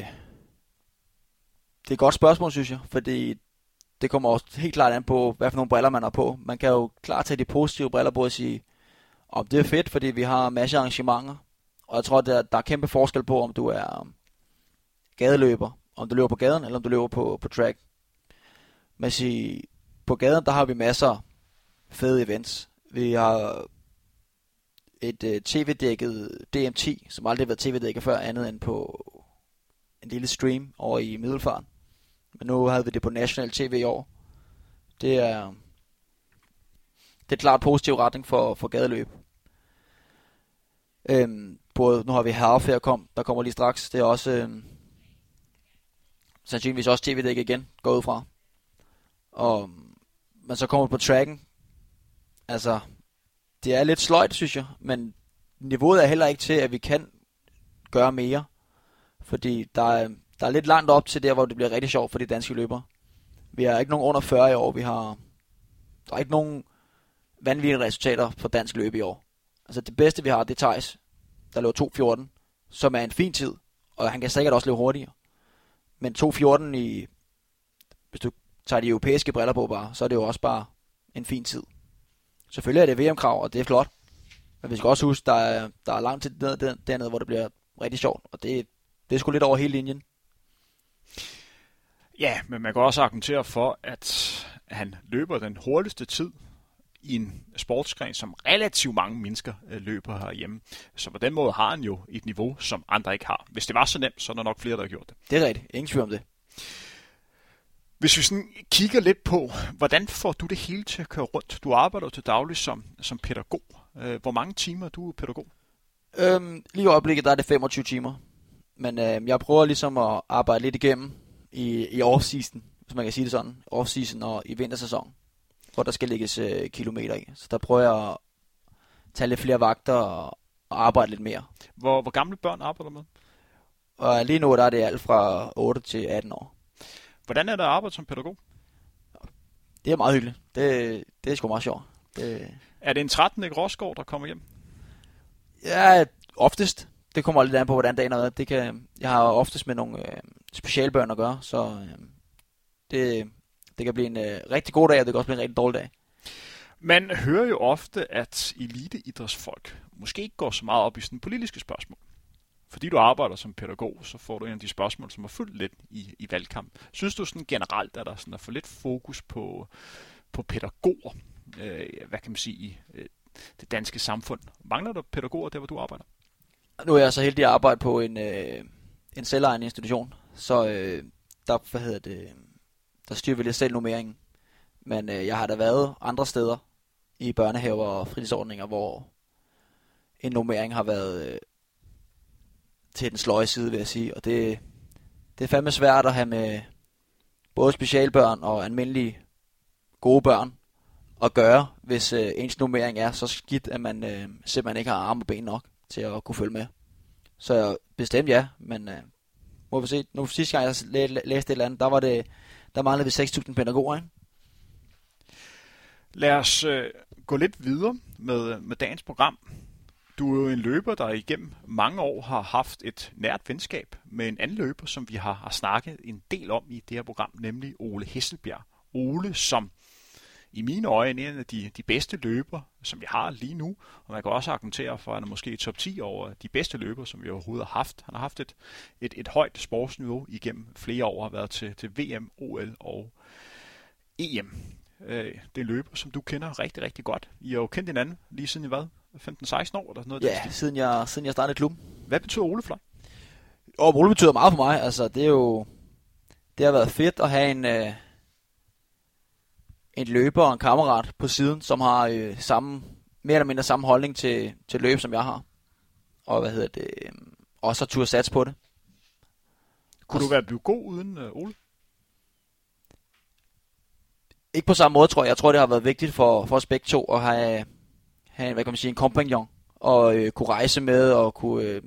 Speaker 2: er et godt spørgsmål, synes jeg, fordi det kommer også helt klart an på, hvad for nogle briller man har på. Man kan jo klart tage de positive briller på og sige, om det er fedt, fordi vi har masser af arrangementer, og jeg tror, der, der er kæmpe forskel på, om du er gadeløber, om du løber på gaden, eller om du løber på, på track. Man siger, på gaden, der har vi masser fede events. Vi har et uh, tv-dækket D M ti, som aldrig har været tv-dækket før, andet end på en lille stream over i Middelfart. Men nu havde vi det på National T V i år. Det er det er klart positiv retning for, for gadeløb. Øhm, både, nu har vi Half her kom, der kommer lige straks. Det er også øhm, sandsynligvis også tv-dækket igen, går ud fra. Og men så kommer vi på tracken. Altså, det er lidt sløjt, synes jeg, men niveauet er heller ikke til, at vi kan gøre mere. Fordi der er, der er lidt langt op til der, hvor det bliver rigtig sjovt for de danske løbere. Vi har ikke nogen under fyrre i år. Vi har, der er ikke nogen vanvittige resultater for dansk løb i år. Altså det bedste vi har, det er Theis, der løber to fjorten, som er en fin tid, og han kan sikkert også løbe hurtigere. Men to fjorten i, hvis du tager de europæiske briller på bare, så er det jo også bare en fin tid. Selvfølgelig er det V M-krav, og det er flot. Men vi skal også huske, der er, der er langt til dernede, dernede, hvor det bliver rigtig sjovt. Og det, det er sgu lidt over hele linjen.
Speaker 1: Ja, men man kan også argumentere for, at han løber den hurtigste tid i en sportsgren, som relativt mange mennesker løber herhjemme. Så på den måde har han jo et niveau, som andre ikke har. Hvis det var så nemt, så er der nok flere, der har gjort det.
Speaker 2: Det er rigtigt. Ingen tvivl om det.
Speaker 1: Hvis vi sådan kigger lidt på, hvordan får du det hele til at køre rundt? Du arbejder jo til daglig som, som pædagog. Hvor mange timer er du pædagog?
Speaker 2: Øhm, lige i øjeblikket der er det femogtyve timer. Men øh, jeg prøver ligesom at arbejde lidt igennem i, i off-season, hvis man kan sige det sådan. Off-season og i vintersæson, hvor der skal lægges øh, kilometer i. Så der prøver jeg at tage lidt flere vagter og, og arbejde lidt mere.
Speaker 1: Hvor, hvor gamle børn arbejder du med?
Speaker 2: Og lige nu der er det alt fra otte til atten år.
Speaker 1: Hvordan er det at arbejde som pædagog?
Speaker 2: Det er meget hyggeligt. Det, det er sgu meget sjovt. Det...
Speaker 1: Er det en tretten-årig Rosgaard, der kommer hjem?
Speaker 2: Ja, oftest. Det kommer lidt an på, hvordan dagen har været. Det kan, jeg har oftest med nogle øh, specialbørn at gøre, så øh, det, det kan blive en øh, rigtig god dag, og det kan også blive en rigtig dårlig dag.
Speaker 1: Man hører jo ofte, at eliteidrætsfolk måske ikke går så meget op i sådan politiske spørgsmål. Fordi du arbejder som pædagog, så får du en af de spørgsmål, som har fyldt lidt i, i valgkamp. Synes du sådan generelt, at der sådan er for lidt fokus på, på pædagoger, øh, hvad kan man sige, i øh, det danske samfund? Mangler der pædagoger der, hvor du arbejder?
Speaker 2: Nu er jeg så heldig at arbejde på en, øh, en selvejende institution, så øh, der, hvad hedder det, der styrer vi lidt selv nummeringen. Men øh, jeg har da været andre steder i børnehaver og fritidsordninger, hvor en nummering har været øh, til den sløje side, vil jeg sige. Og det, det er fandme svært at have med både specialbørn og almindelige gode børn at gøre, hvis øh, ens nummering er så skidt, at man øh, simpelthen ikke har arme og ben nok til at kunne følge med. Så bestemt ja, men øh, må vi se. Nu sidste gang jeg læ- læste et eller andet, der var det, der manglede vi seks tusind pædagoger, ikke?
Speaker 1: Lad os øh, gå lidt videre med, med dagens program. Du er jo en løber, der igennem mange år har haft et nært venskab med en anden løber, som vi har, har snakket en del om i det her program, nemlig Ole Hesselbjerg. Ole, som i mine øjne er en af de, de bedste løber, som vi har lige nu. Og man kan også argumentere for, at han er måske i top ti over de bedste løber, som vi overhovedet har haft. Han har haft et, et, et højt sportsniveau igennem flere år, har været til, til V M, O L og E M. Øh, det er løber, som du kender rigtig, rigtig godt. I har jo kendt hinanden lige siden I hvad? femten seksten år eller sådan noget?
Speaker 2: Ja, siden jeg, siden jeg startede klubben.
Speaker 1: Hvad betyder Ole for dig?
Speaker 2: Og Ole betyder meget for mig. Altså, det er jo, det har været fedt at have en, øh, en løber og en kammerat på siden, som har øh, samme, mere eller mindre samme holdning til, til løb, som jeg har. Og hvad hedder det, øh, også har turde sats på det.
Speaker 1: Kunne også, du være blevet god uden øh, Ole?
Speaker 2: Ikke på samme måde, tror jeg. Jeg tror, det har været vigtigt for, for os begge to at have, have hvad kan man sige, en kompagnon. Og øh, kunne rejse med og kunne øh,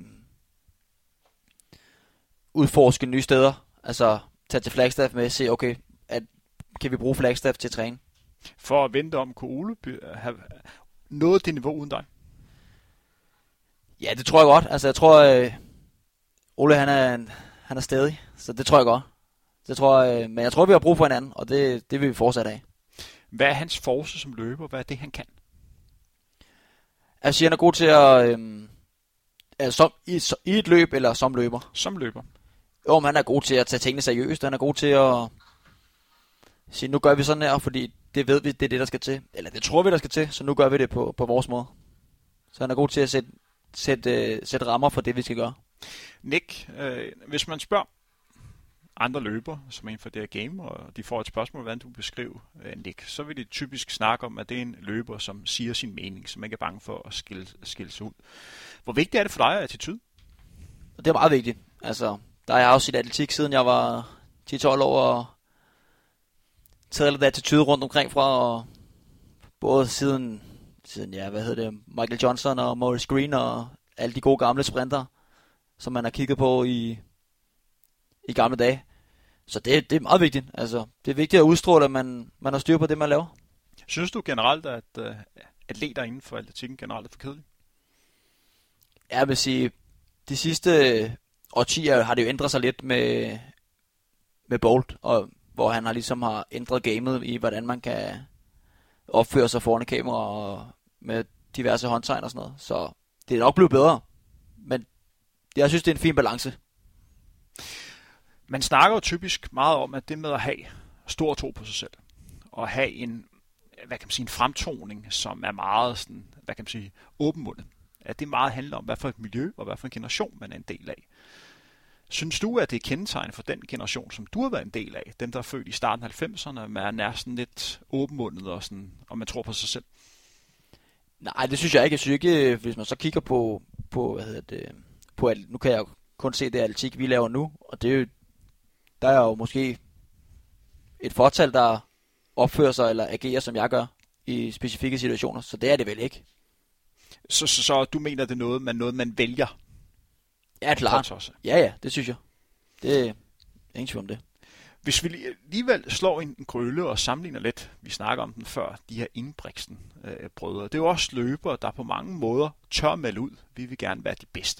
Speaker 2: udforske nye steder. Altså tage til Flagstaff med og se, okay, at, kan vi bruge Flagstaff til træning.
Speaker 1: For at vente om, kunne Ole have nået det niveau uden dig?
Speaker 2: Ja, det tror jeg godt. Altså jeg tror, øh, Ole han er, han er stedig, så det tror jeg godt. Det tror jeg, men jeg tror, vi har brug for hinanden, og det, det vil vi fortsætte af.
Speaker 1: Hvad er hans force som løber? Hvad er det, han kan?
Speaker 2: Altså, han er god til at... Øhm, altså, som, i, i et løb, eller som løber?
Speaker 1: Som løber.
Speaker 2: Jo, men han er god til at tage tingene seriøst. Han er god til at sige, nu gør vi sådan her, fordi det ved vi, det er det, der skal til. Eller det tror vi, der skal til, så nu gør vi det på, på vores måde. Så han er god til at sætte, sætte, sætte rammer for det, vi skal gøre.
Speaker 1: Nick, øh, hvis man spørger andre løber, som er inden for det her game, og de får et spørgsmål, hvordan du beskriver øh, Nick, så vil de typisk snakke om, at det er en løber, som siger sin mening, som ikke er bange for at skille, skille sig ud. Hvor vigtigt er det for dig, attitude?
Speaker 2: Det er meget vigtigt. Altså, der har jeg også set atletik, siden jeg var ti tolv år, og taget lidt attitude rundt omkring fra, og både siden, siden ja, hvad hedder det, Michael Johnson og Maurice Green, og alle de gode gamle sprinter, som man har kigget på i i gamle dage. Så det, det er meget vigtigt. Altså, det er vigtigt at udstråle, at man, man har styr på det, man laver.
Speaker 1: Synes du generelt, at uh, atleter inden for atletikken generelt er for kedelige?
Speaker 2: Jeg vil sige, de sidste årtier har det jo ændret sig lidt med, med Bolt, og hvor han har ligesom har ændret gamet i, hvordan man kan opføre sig foran kamera og med diverse håndtegn og sådan noget. Så det er nok blevet bedre. Men jeg synes, det er en fin balance.
Speaker 1: Man snakker jo typisk meget om, at det med at have stor tro på sig selv, og have en, hvad kan man sige, en fremtoning, som er meget sådan, hvad kan man sige, åbenmundet, at det meget handler om, hvad for et miljø og hvad for en generation man er en del af. Synes du, at det er kendetegn for den generation, som du har været en del af, dem der er født i starten af halvfemserne, man er næsten lidt åbenmundet og, sådan, og man tror på sig selv?
Speaker 2: Nej, det synes jeg ikke. Jeg synes ikke, hvis man så kigger på, på hvad hedder det, på, nu kan jeg jo kun se det atletik, vi laver nu, og det er jo, der er jo måske et fortal, der opfører sig eller agerer, som jeg gør i specifikke situationer, så det er det vel ikke.
Speaker 1: Så, så, så du mener, det er noget, man, noget, man vælger?
Speaker 2: Ja, klart. Ja, ja, det synes jeg. Det er ingen tvivl om det.
Speaker 1: Hvis vi alligevel slår en krølle og sammenligner lidt, vi snakker om den før, de her Ingebrigtsen-brødre, det er jo også løbere, der på mange måder tør melde ud. Vi vil gerne være de bedste.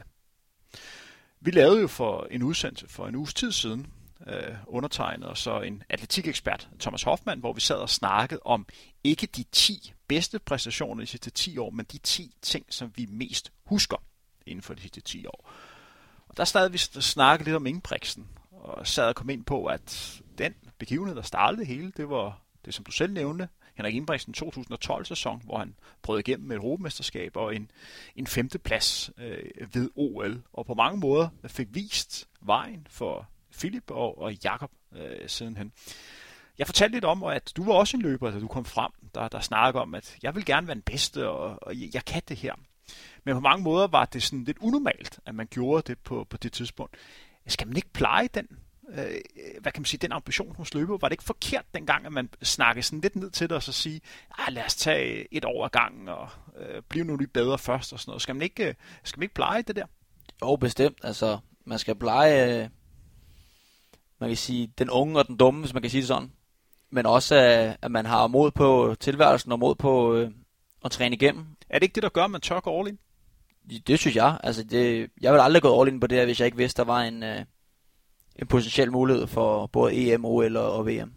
Speaker 1: Vi lavede jo for en udsendelse for en uges tid siden, øh, undertegnet og så en atletikekspert, Thomas Hoffmann, hvor vi sad og snakkede om ikke de ti bedste præstationer de sidste ti år, men de ti ting, som vi mest husker inden for de sidste ti år. Og der sad vi snakke lidt om Ingebrigtsen, og sad og kom ind på, at den begivenhed, der startede det hele, det var det, som du selv nævnte, Henrik Ingebrigtsen to tusind og tolv-sæson, hvor han brød igennem med et europamesterskab og en, en femteplads øh, ved O L, og på mange måder fik vist vejen for Philip og, og Jakob øh, sidenhen. Jeg fortalte lidt om, at du var også en løber, da du kom frem, der, der snakkede om, at jeg vil gerne være den bedste, og, og jeg, jeg kan det her. Men på mange måder var det sådan lidt unormalt, at man gjorde det på, på det tidspunkt. Skal man ikke pleje den, øh, hvad kan man sige, den ambition hos løber? Var det ikke forkert dengang, at man snakkede sådan lidt ned til det, og så sige, lad os tage et år ad gangen, og øh, blive nu lidt bedre først, og sådan noget. Skal man ikke, skal man ikke pleje det der?
Speaker 2: Jo, bestemt. Altså, man skal pleje, øh, man kan sige, den unge og den dumme, hvis man kan sige det sådan. Men også, øh, at man har mod på tilværelsen, og mod på øh, at træne igennem.
Speaker 1: Er det ikke det, der gør, at man tør gå all in?
Speaker 2: Det synes jeg. Altså det, jeg ville aldrig gå all in på det her, hvis jeg ikke vidste, der var en, øh, en potentiel mulighed for både E M, O L og, og V M.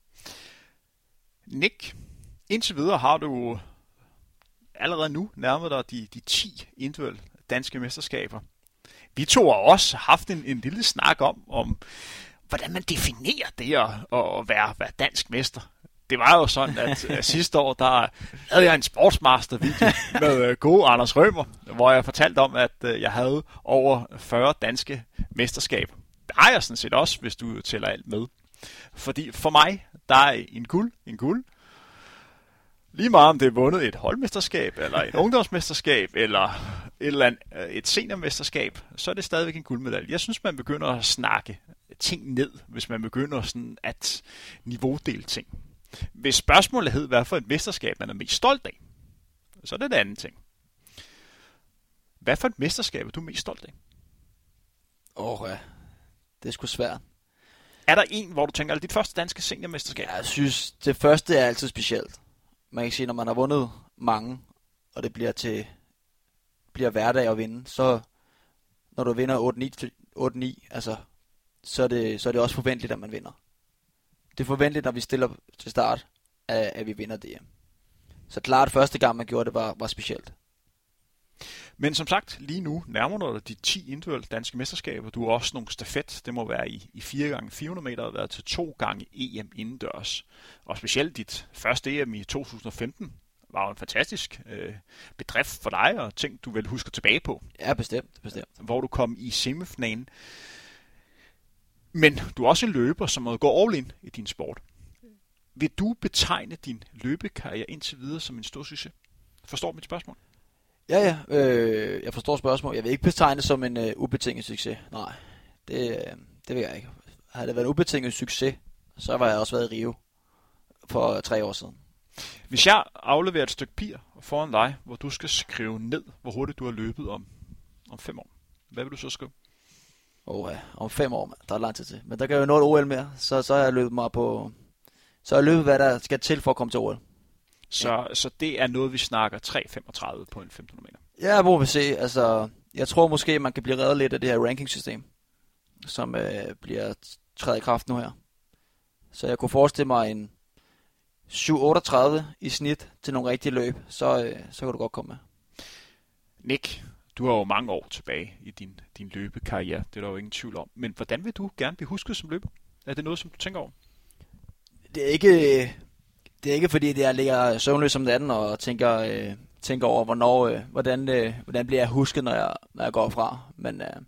Speaker 1: Nick, indtil videre har du allerede nu nærmet dig de, de ti individuelle danske mesterskaber. Vi to har også haft en, en lille snak om, om, hvordan man definerer det at, at være, være dansk mester. Det var jo sådan, at, at sidste år, der havde jeg en sportsmaster-video med uh, gode Anders Rømer, hvor jeg fortalte om, at uh, jeg havde over fyrre danske mesterskaber. Det har jeg sådan set også, hvis du tæller alt med. Fordi for mig, der er en guld, en guld. Lige meget om det er vundet et holdmesterskab, eller et ungdomsmesterskab, eller et, eller andet, et seniormesterskab, så er det stadigvæk en guldmedalje. Jeg synes, man begynder at snakke ting ned, hvis man begynder sådan at niveaudele ting. Hvis spørgsmålet hed, hvad for et mesterskab man er mest stolt af, så er det en anden ting. Hvad for et mesterskab er du mest stolt af?
Speaker 2: Åh oh, ja, det er sgu svært.
Speaker 1: Er der en, hvor du tænker, at dit første danske seniormesterskab?
Speaker 2: Jeg synes, det første er altid specielt. Man kan sige, når man har vundet mange, og det bliver til bliver hverdag at vinde, så når du vinder otte ni, altså, så er, det, så er det også forventeligt, at man vinder. Det er forventeligt, når vi stiller til start, at, at vi vinder D M. Så klart, første gang man gjorde det, var, var specielt.
Speaker 1: Men som sagt, lige nu nærmer du dig de ti individuelle danske mesterskaber. Du har også nogle stafet. Det må være i, i fire gange fire hundrede meter, og været til to gange E M indendørs. Og specielt dit første E M i to tusind og femten var jo en fantastisk øh, bedrift for dig, og ting, du vel husker tilbage på.
Speaker 2: Ja, bestemt, bestemt.
Speaker 1: Hvor du kom i semifinalen. Men du er også en løber, som må gå all in i din sport. Vil du betegne din løbekarriere indtil videre som en stor succes? Forstår du mit spørgsmål?
Speaker 2: Ja, ja. Øh, jeg forstår spørgsmålet. Jeg vil ikke betegne det som en øh, ubetinget succes. Nej, det, øh, det vil jeg ikke. Havde det været en ubetinget succes, så var jeg også været i Rio for tre år siden.
Speaker 1: Hvis jeg afleverer et stykke papir foran dig, hvor du skal skrive ned, hvor hurtigt du har løbet om, om fem år, hvad vil du så skrive?
Speaker 2: Åh oh, ja, om fem år, man. Der er lang tid til. Men der kan jo nå et O L mere, så, så har jeg løbet mig på... Så har jeg løbet, hvad der skal til for at komme til O L.
Speaker 1: Så, ja. Så det er noget, vi snakker tre femogtredive på en femten hundrede meter?
Speaker 2: Ja, hvor vi se. Altså, jeg tror måske, man kan blive reddet lidt af det her rankingsystem, som øh, bliver træet i kraft nu her. Så jeg kunne forestille mig en syv otteogtredive i snit til nogle rigtige løb, så, øh, så kan du godt komme med.
Speaker 1: Nick, Du har jo mange år tilbage i din, din løbekarriere, det er der jo ingen tvivl om. Men hvordan vil du gerne blive husket som løber? Er det noget, som du tænker over?
Speaker 2: Det er ikke, det er ikke fordi, det jeg ligger søvnløs om natten og tænker, øh, tænker over, hvornår, øh, hvordan, øh, hvordan bliver jeg husket, når jeg, når jeg går fra. Men øh,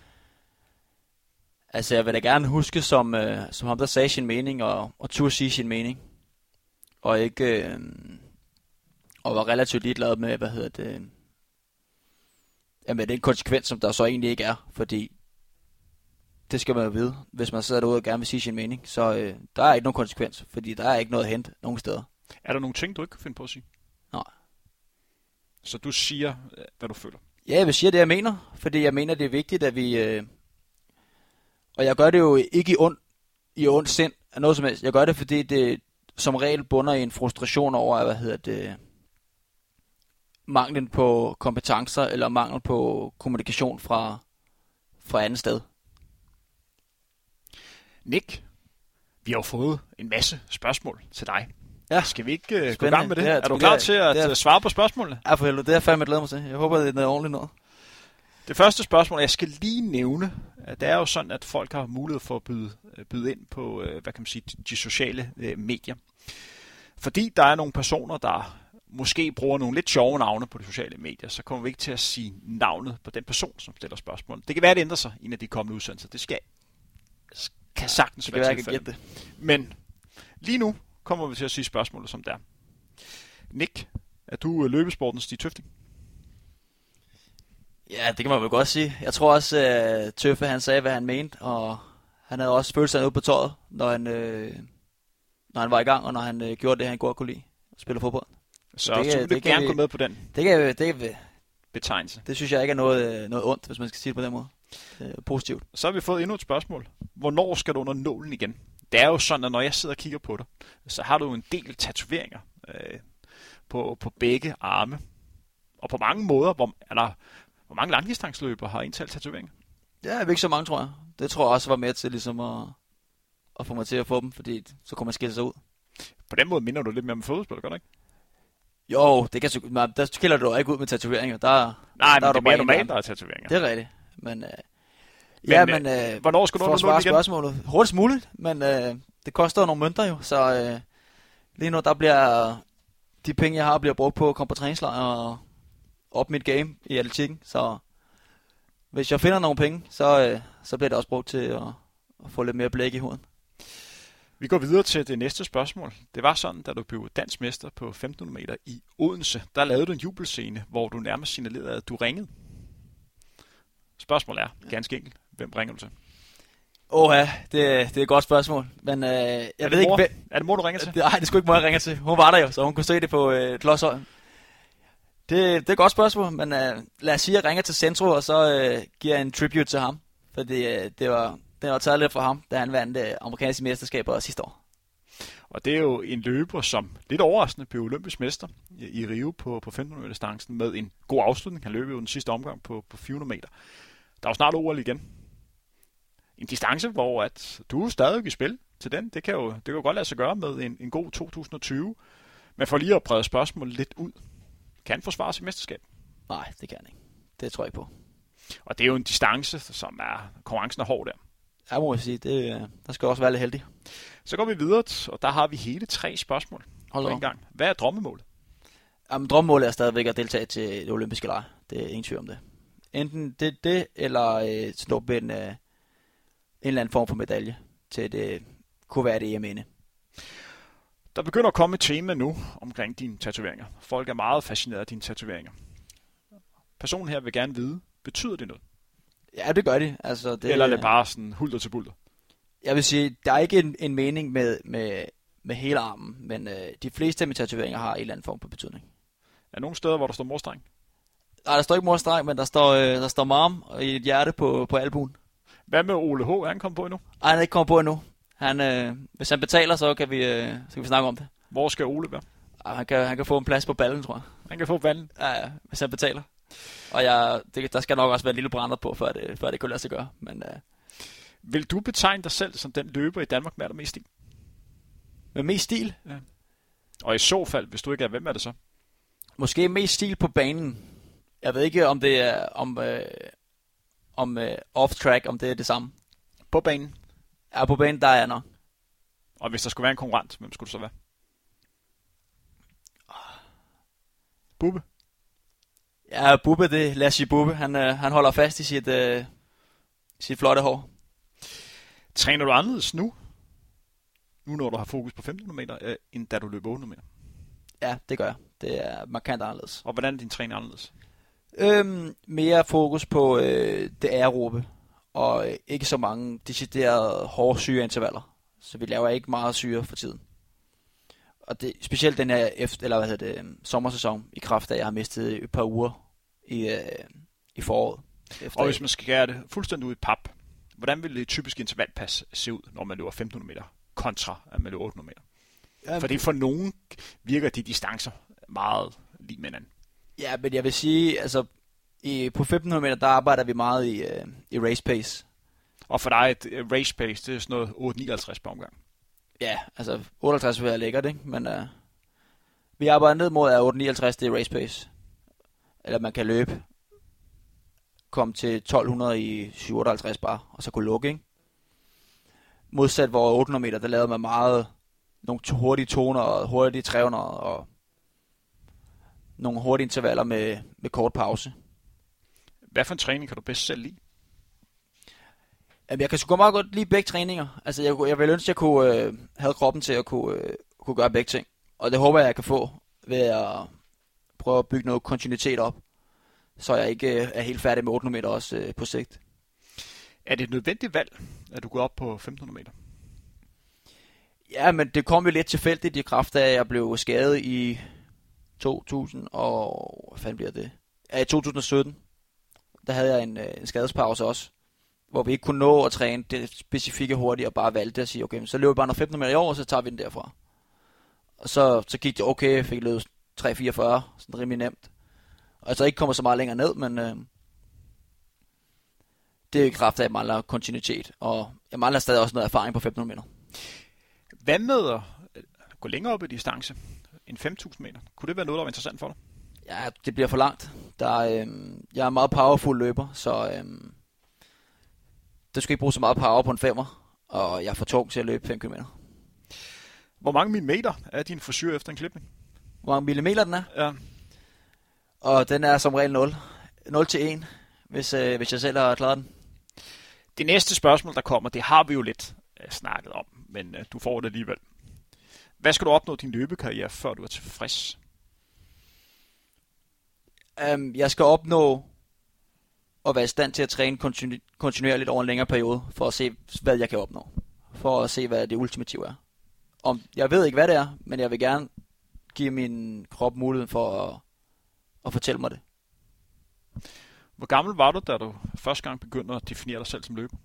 Speaker 2: altså, jeg vil da gerne huske som, øh, som ham, der sagde sin mening og, og turde sige sin mening. Og ikke øh, og var relativt ligeglad med, hvad hedder det, ja, med den konsekvens, som der så egentlig ikke er, fordi det skal man jo vide, hvis man sidder derude og gerne vil sige sin mening. Så øh, der er ikke nogen konsekvens, fordi der er ikke noget at hente nogen steder.
Speaker 1: Er der nogle ting, du ikke kan finde på at sige?
Speaker 2: Nej.
Speaker 1: Så du siger, hvad du føler?
Speaker 2: Ja, jeg vil sige det, jeg mener, fordi jeg mener, det er vigtigt, at vi... Øh, og jeg gør det jo ikke i ond, i ond sind af noget som helst. Jeg gør det, fordi det som regel bunder i en frustration over, hvad hedder det, manglen på kompetencer eller mangel på kommunikation fra, fra andet sted.
Speaker 1: Nick, vi har jo fået en masse spørgsmål til dig.
Speaker 2: Ja.
Speaker 1: Skal vi ikke uh, gå i gang med det? det er, er du klar
Speaker 2: det er,
Speaker 1: til at
Speaker 2: er,
Speaker 1: svare på spørgsmålene?
Speaker 2: Ja, for helvede, det er jeg fandme glæder mig til. Jeg håber, det er noget ordentligt noget.
Speaker 1: Det første spørgsmål, jeg skal lige nævne, det er jo sådan, at folk har mulighed for at byde, byde ind på, hvad kan man sige, de sociale medier. Fordi der er nogle personer, der måske bruger nogle lidt sjove navne på de sociale medier, så kommer vi ikke til at sige navnet på den person, som stiller spørgsmål. Det kan være, at det ændrer sig i en af de kommende udsendelser. Det skal, kan sagtens
Speaker 2: det kan være tilfældet.
Speaker 1: Men lige nu kommer vi til at sige spørgsmålet som der. Nick, er du løbesportens Stig Tøfting?
Speaker 2: Ja, det kan man vel godt sige. Jeg tror også, at uh, Tøffe han sagde, hvad han mente, og han havde også følt sig ude på tøjet, når han, øh, når han var i gang, og når han øh, gjorde det, han godt kunne lide, at spille fodbold.
Speaker 1: Så det, så du vil gerne vi, gå med på den
Speaker 2: det kan, det kan vi,
Speaker 1: betegnelse?
Speaker 2: Det synes jeg ikke er noget, noget ondt, hvis man skal sige det på den måde. Det er positivt.
Speaker 1: Så har vi fået endnu et spørgsmål. Hvornår skal du under nålen igen? Det er jo sådan, at når jeg sidder og kigger på dig, så har du en del tatoveringer øh, på, på begge arme. Og på mange måder, hvor, er der, hvor mange langdistanceløbere har indtalt tatoveringer?
Speaker 2: Ja, ikke så mange, tror jeg. Det tror jeg også var med til ligesom at, at få mig til at få dem, fordi så kunne man skille sig ud.
Speaker 1: På den måde minder du lidt mere om fodboldspil, gør du ikke?
Speaker 2: Jo, det kan der skiller du ikke ud med tatoveringer. Der,
Speaker 1: Nej,
Speaker 2: der
Speaker 1: men det er mere normalt, der er tatoveringer.
Speaker 2: Det er rigtigt. Men, øh,
Speaker 1: men
Speaker 2: ja, men øh,
Speaker 1: hvornår skal du
Speaker 2: for at svare spørgsmålet hurtigst muligt, men øh, det koster jo nogle mønter jo, så øh, lige nu der bliver de penge jeg har bliver brugt på at komme på træningslejr og op mit game i atletikken, så hvis jeg finder nogle penge, så, øh, så bliver det også brugt til at, at få lidt mere blæk i huden.
Speaker 1: Vi går videre til det næste spørgsmål. Det var sådan, da du blev dansk mester på femten hundrede meter i Odense, der lavede du en jubelscene, hvor du nærmest signalerede, at du ringede. Spørgsmålet er, ganske enkelt, hvem ringer du til?
Speaker 2: Åh ja, det, det er et godt spørgsmål, men øh, jeg
Speaker 1: er
Speaker 2: ved ikke...
Speaker 1: Hvem... Er det mor, du ringer til?
Speaker 2: Nej, det skulle ikke mor, jeg ringer til. Hun var der jo, så hun kunne se det på øh, Klodshøj. Det, det er et godt spørgsmål, men øh, lad os sige, at jeg ringer til Centro, og så øh, giver jeg en tribute til ham, fordi øh, det var... Det var taget lidt fra ham, da han vandt øh, amerikanske mesterskaber sidste år.
Speaker 1: Og det er jo en løber, som lidt overraskende blev olympisk mester i Rio på, på femten hundrede distancen med en god afslutning. Han løb jo den sidste omgang på, på fire hundrede meter. Der er jo snart O L igen. En distance, hvor at du stadig i spil til den. Det kan jo, det kan jo godt lade sig gøre med en, en god to tusind og tyve. Men for lige at brede spørgsmålet lidt ud. Kan han forsvare sit mesterskab?
Speaker 2: Nej, det kan han ikke. Det tror jeg ikke på.
Speaker 1: Og det er jo en distance, som er konkurrencen er hård der.
Speaker 2: Jeg må sige, det, der skal også være lidt heldig.
Speaker 1: Så går vi videre, og der har vi hele tre spørgsmål
Speaker 2: Hold
Speaker 1: på en gang. Hvad er drømmemålet?
Speaker 2: Jamen, drømmemålet er stadigvæk at deltage til det olympiske lege. Det er ingen tvivl om det. Enten det, det eller øh, snuppe en, øh, en eller anden form for medalje til det kunne være det E M inde.
Speaker 1: Der begynder at komme et tema nu omkring dine tatoveringer. Folk er meget fascineret af dine tatoveringer. Personen her vil gerne vide, betyder det noget?
Speaker 2: Ja, det gør de. Altså, det,
Speaker 1: eller er det bare sådan hulter til bulter?
Speaker 2: Jeg vil sige, der er ikke en, en mening med, med, med hele armen, men øh, de fleste af mine tatoveringer har en eller anden form for betydning.
Speaker 1: Er der nogle steder, hvor der står morstreng?
Speaker 2: Nej, der står ikke morstreng, men der står, øh, der står mom og et hjerte på, på albuen.
Speaker 1: Hvad med Ole H? Er han kommet på endnu?
Speaker 2: Nej, han er ikke kommet på endnu. Han, øh, hvis han betaler, så kan, vi, øh, så kan vi snakke om det.
Speaker 1: Hvor skal Ole være?
Speaker 2: Ah, han, kan, han kan få en plads på ballen, tror jeg.
Speaker 1: Han kan få ballen?
Speaker 2: Ja, ja, hvis han betaler. Og jeg, det, der skal nok også være en lille brænder på, før det, før det kan lade sig gøre. Men, øh,
Speaker 1: vil du betegne dig selv som den løber i Danmark med allermest stil?
Speaker 2: Med mest stil?
Speaker 1: Ja. Og i så fald, hvis du ikke er, hvem er det så?
Speaker 2: Måske mest stil på banen. Jeg ved ikke, om det er om, øh, om øh, off-track, om det er det samme.
Speaker 1: På banen?
Speaker 2: Ja, på banen, der er jeg nok.
Speaker 1: Og hvis der skulle være en konkurrent, hvem skulle du så være? Bubbe?
Speaker 2: Ja, Bubbe, det er Lasse Bubbe. Han, øh, han holder fast i sit, øh, sit flotte hår.
Speaker 1: Træner du anderledes nu? Nu når du har fokus på femten hundrede meter, øh, end da du løber otte hundrede meter?
Speaker 2: Ja, det gør jeg. Det er markant anderledes.
Speaker 1: Og hvordan er din træning anderledes?
Speaker 2: Øhm, mere fokus på øh, det aerobe, og øh, ikke så mange deciderede hårde syreintervaller. Så vi laver ikke meget syre for tiden. Og det, specielt den her efter, eller hvad hedder det, øh, sommersæson, i kraft af, at jeg har mistet et par uger i, øh, i foråret. Efter
Speaker 1: og hvis man skal gøre det fuldstændig ud i pap, hvordan vil det typiske intervalpas se ud, når man løber femten hundrede meter, kontra at man løber otte hundrede meter? Ja, fordi for nogen virker de distancer meget lige med hinanden.
Speaker 2: Ja, men jeg vil sige, altså i, på femten hundrede meter, der arbejder vi meget i, uh, i race pace.
Speaker 1: Og for dig et uh, race pace, det er sådan noget otte nioghalvtreds på omgang.
Speaker 2: Ja, altså otteoghalvtreds vil være lækkert, ikke? Men uh, vi arbejder ned mod, at otte nioghalvtreds det er race pace. Eller man kan løbe, komme til tolv hundrede i syv otteoghalvtreds bare, og så kunne lukke, ikke? Modsat hvor otte hundrede meter, der lavede man meget nogle hurtige toner og hurtige tre hundrede og nogle hurtige intervaller med, med kort pause.
Speaker 1: Hvad for en træning kan du bedst selv lide?
Speaker 2: Jamen, jeg kan sgu meget godt lide begge træninger. Altså, jeg, jeg vil ønske, at jeg kunne øh, have kroppen til at kunne, øh, kunne gøre begge ting. Og det håber jeg, jeg kan få ved at prøve at bygge noget kontinuitet op, så jeg ikke øh, er helt færdig med otte hundrede meter også øh, på sigt.
Speaker 1: Er det et nødvendigt valg, at du går op på femten hundrede meter?
Speaker 2: Ja, men det kom jo lidt tilfældigt i kraft af, at jeg blev skadet i to tusind og... Hvad fanden bliver det? Ja, i to tusind og sytten. Der havde jeg en, en skadespause også, hvor vi ikke kunne nå at træne det specifikke hurtigt, og bare valgte at sige, okay, så løber vi bare noget femten meter i år, og så tager vi den derfra. Og så, så gik det okay, jeg fik løbet tre fireogfyrre, sådan rimelig nemt. Og altså ikke kommer så meget længere ned, men øh, det er i kraft af, at jeg mangler kontinuitet, og jeg mangler stadig også noget erfaring på femten hundrede meter.
Speaker 1: Hvad med at gå længere op i distance end fem tusind meter? Kunne det være noget, der var interessant for dig?
Speaker 2: Ja, det bliver for langt. Der er, øh, jeg er en meget powerful løber, så øh, der skal ikke bruge så meget power på en femmer, og jeg er for tung til at løbe fem kilometer.
Speaker 1: Hvor mange millimeter er din frisyr efter en klipning?
Speaker 2: Hvor mange millimeter den er?
Speaker 1: Ja.
Speaker 2: Og den er som regel nul. nul til en, hvis, øh, hvis jeg selv har klaret den.
Speaker 1: Det næste spørgsmål, der kommer, det har vi jo lidt øh, snakket om, men øh, du får det alligevel. Hvad skal du opnå din løbekarriere, før du er tilfreds?
Speaker 2: Um, jeg skal opnå at være i stand til at træne kontinu- kontinuerligt over en længere periode, for at se, hvad jeg kan opnå. For at se, hvad det ultimative er. Om, jeg ved ikke, hvad det er, men jeg vil gerne give min krop muligheden for at, at fortælle mig det.
Speaker 1: Hvor gammel var du, da du første gang begyndte at definere dig selv som løber?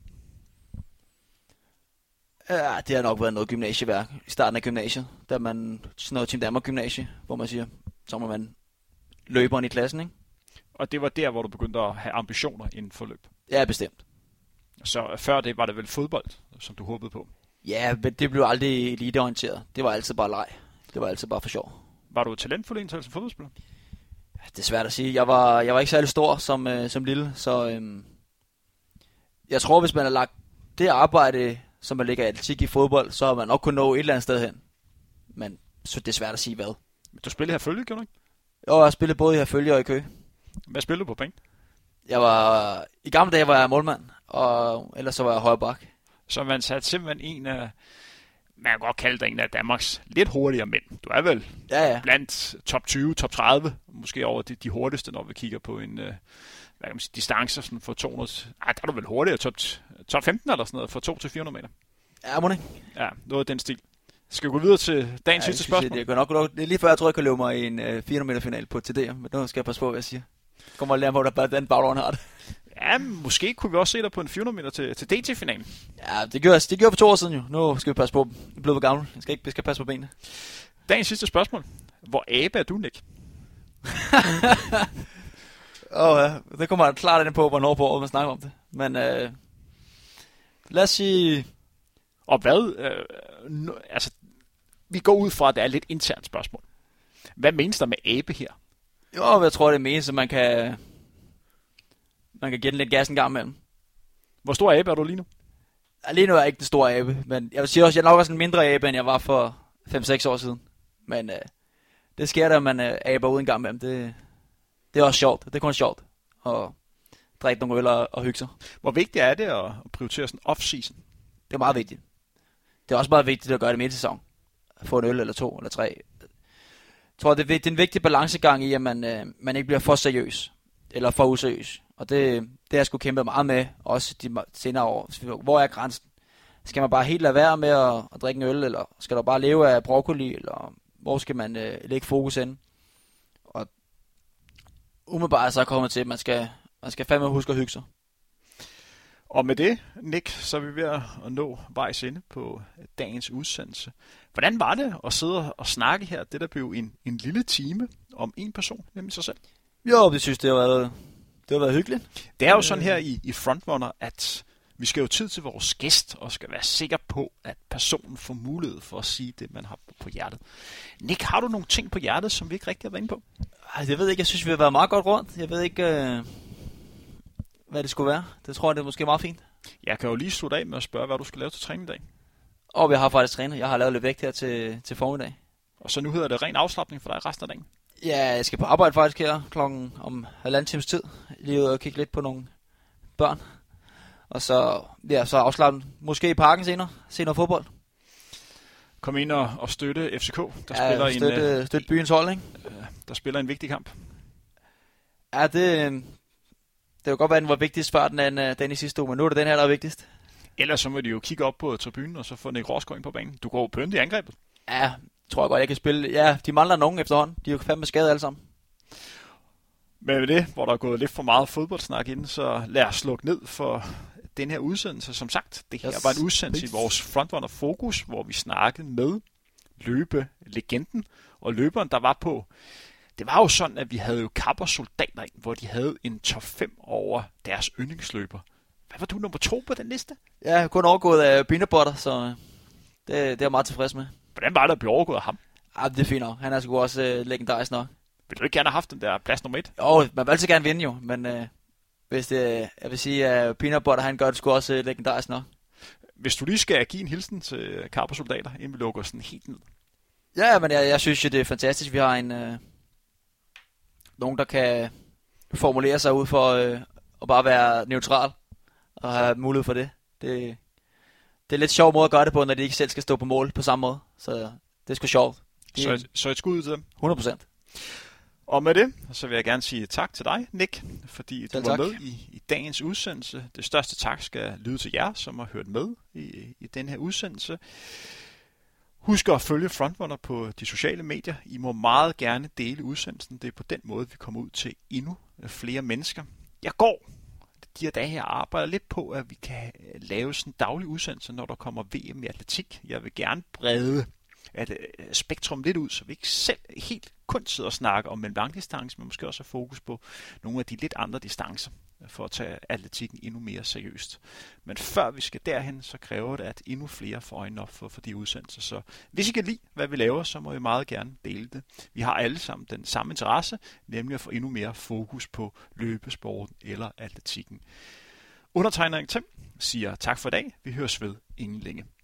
Speaker 2: Ja, det har nok været noget gymnasieværk i starten af gymnasiet, da man sådan noget Team Danmark gymnasie, hvor man siger, så må man løberen i klassen, ikke?
Speaker 1: Og det var der, hvor du begyndte at have ambitioner inden for løb?
Speaker 2: Ja, bestemt.
Speaker 1: Så før det var det vel fodbold, som du håbede på?
Speaker 2: Ja, men det blev aldrig eliteorienteret. Det var altid bare leg. Det var altid bare for sjov.
Speaker 1: Var du talentfuld indtil som fodboldspiller?
Speaker 2: Det er svært at sige. Jeg var, jeg var ikke særlig stor som, øh, som lille, så øhm, jeg tror, hvis man har lagt det arbejde, som man lægger i atletik i fodbold, så har man nok kunnet nå et eller andet sted hen. Men så det er svært at sige hvad.
Speaker 1: Du spillede her følge, gjorde du ikke?
Speaker 2: Jo, jeg har spillet både i Herfølge og i Køge.
Speaker 1: Hvad spillede du på bænk?
Speaker 2: Jeg var, i gamle dage var jeg målmand, og ellers så var jeg højre bak.
Speaker 1: Så man satte simpelthen en af, man kan godt kalde dig en af Danmarks lidt hurtigere mænd. Du er vel
Speaker 2: ja, ja.
Speaker 1: blandt top tyve, top tredive, måske over de, de hurtigste, når vi kigger på en, hvad kan man sige, distancer sådan for to hundrede. Ej, der er du vel hurtigere, top, top femten eller sådan noget, for to til fire hundrede meter.
Speaker 2: Ja, må det.
Speaker 1: Ja, noget af den stil. Skal vi gå videre til dagens ja, sidste spørgsmål?
Speaker 2: Det, det, nok, det er lige før, jeg tror, jeg kan løbe mig i en uh, fire hundrede meter final på T D'er, men nu skal jeg passe på, hvad jeg siger. Kommer og lære mig, hvordan den baglovn har det.
Speaker 1: Ja, måske kunne vi også se dig på en fire hundrede meter til, til D T-finalen.
Speaker 2: Ja, det gjorde, det gjorde for to år siden jo. Nu skal vi passe på. Jeg er blevet for gammel. Jeg skal ikke jeg skal passe på benene.
Speaker 1: Dagens sidste spørgsmål. Hvor abe er du, Nick?
Speaker 2: Åh, oh, ja. Det kommer klart ind på, hvornår på året man snakker om det. Men øh, lad os sige...
Speaker 1: Og hvad? Øh, nu, altså, vi går ud fra, at det er et lidt internt spørgsmål. Hvad menes der med abe her?
Speaker 2: Jo, jeg tror, det menes, at man kan... man kan give den lidt gas en gang imellem.
Speaker 1: Hvor stor abe er du lige nu?
Speaker 2: Lige nu er jeg ikke den store abe, men jeg vil sige også, at jeg er nok også en mindre abe, end jeg var for fem seks år siden. Men øh, det sker der, at man øh, aber ud en gang imellem. Det, det er også sjovt. Det er kun sjovt at drikke nogle øl og, og hygge sig.
Speaker 1: Hvor vigtigt er det at prioritere sådan off-season?
Speaker 2: Det er meget vigtigt. Det er også meget vigtigt at gøre det midt i sæson. At få en øl eller to eller tre. Jeg tror, det er, det er en vigtig balancegang i, at man, øh, man ikke bliver for seriøs. Eller for useriøs. Og det, det har jeg sgu kæmpet meget med, også de senere år. Hvor er grænsen? Skal man bare helt lade være med at, at drikke en øl, eller skal der bare leve af broccoli, eller hvor skal man øh, lægge fokus hen? Og umiddelbart så er jeg kommet til, at man skal, man skal fandme huske at hygge sig.
Speaker 1: Og med det, Nick, så er vi ved at nå vejs ende på dagens udsendelse. Hvordan var det at sidde og snakke her? Det der blev en, en lille time om en person, nemlig sig selv.
Speaker 2: Jo, det synes det har været, det har været hyggeligt.
Speaker 1: Det er jo sådan her i, i Frontrunner, at vi skal jo tid til vores gæst, og skal være sikker på, at personen får mulighed for at sige det, man har på hjertet. Nick, har du nogle ting på hjertet, som vi ikke rigtig har været inde på?
Speaker 2: Ej, jeg ved ikke, jeg synes, vi har været meget godt rundt. Jeg ved ikke, øh, hvad det skulle være. Det tror jeg, det er måske meget fint.
Speaker 1: Jeg kan jo lige slutte af med at spørge, hvad du skal lave til træning i dag.
Speaker 2: Og vi har faktisk trænet. Jeg har lavet lidt vægt her til, til formiddag.
Speaker 1: Og så nu hedder det ren afslapning for dig resten af dagen?
Speaker 2: Ja, jeg skal på arbejde faktisk her klokken om halvanden times tid. Lige ud og kigge lidt på nogle børn. Og så, ja, så afslappe måske i parken senere. Se noget fodbold. Kom
Speaker 1: ind og, og støtte F C K, der
Speaker 2: ja,
Speaker 1: spiller
Speaker 2: støtte,
Speaker 1: en...
Speaker 2: støtte byens hold, ikke?
Speaker 1: Der spiller en vigtig kamp.
Speaker 2: Ja, det... Det kan godt være, den var vigtigst før den, den i sidste uge, men nu er det den her, der er vigtigst.
Speaker 1: Ellers så må de jo kigge op på tribunen, og så få Nick Rosgaard ind på banen. Du går jo pønte i angrebet.
Speaker 2: Ja, tror jeg godt, jeg kan spille. Ja, de mangler nogen efterhånden. De er jo fandme skadet alle sammen.
Speaker 1: Men med det, hvor der er gået lidt for meget fodboldsnak ind, så lad os slukke ned for den her udsendelse. Som sagt, det her yes. var en udsendelse i vores Frontrunner Fokus, hvor vi snakkede med løbelegenden og løberen, der var på. Det var jo sådan, at vi havde jo kapper soldater ind, hvor de havde en top fem over deres yndlingsløber. Hvad var du nummer to på den liste?
Speaker 2: Ja, jeg har kun overgået af peanut butter, så det, det er jeg meget tilfreds med.
Speaker 1: Hvordan var det at blive overgået af ham?
Speaker 2: Ja, det er fint nok. Han er sgu også øh, legendarisk nok.
Speaker 1: Vil du ikke gerne have haft den der plads nummer et?
Speaker 2: Jo, man vil altid gerne vinde jo, men øh, hvis det, jeg vil sige, at peanut butter, han gør det sgu også øh, legendarisk nok.
Speaker 1: Hvis du lige skal give en hilsen til kapper soldater, inden vi lukker sådan helt ned.
Speaker 2: Ja, men jeg, jeg synes jo, det er fantastisk, vi har en... Øh, nogen, der kan formulere sig ud for øh, at bare være neutral og have mulighed for det. det. Det er lidt sjov måde at gøre det på, når de ikke selv skal stå på mål på samme måde. Så det er sgu sjovt.
Speaker 1: De, så, et, så et skud til dem?
Speaker 2: hundrede procent.
Speaker 1: Og med det, så vil jeg gerne sige tak til dig, Nick, fordi du
Speaker 2: Selv
Speaker 1: var
Speaker 2: tak.
Speaker 1: med i, i dagens udsendelse. Det største tak skal lyde til jer, som har hørt med i, i den her udsendelse. Husk at følge Frontrunner på de sociale medier. I må meget gerne dele udsendelsen. Det er på den måde, vi kommer ud til endnu flere mennesker. Jeg går de her dage her arbejder lidt på, at vi kan lave sådan en daglig udsendelse, når der kommer V M i atletik. Jeg vil gerne brede at spektrum lidt ud, så vi ikke selv helt kun sidder og snakker om en langdistance, men måske også har fokus på nogle af de lidt andre distancer, for at tage atletikken endnu mere seriøst. Men før vi skal derhen, så kræver det, at endnu flere får øjnene op for, for de udsendelser. Så hvis I kan lide, hvad vi laver, så må I meget gerne dele det. Vi har alle sammen den samme interesse, nemlig at få endnu mere fokus på løbesporten eller atletikken. Undertegner Tim siger tak for i dag. Vi høres ved inden længe.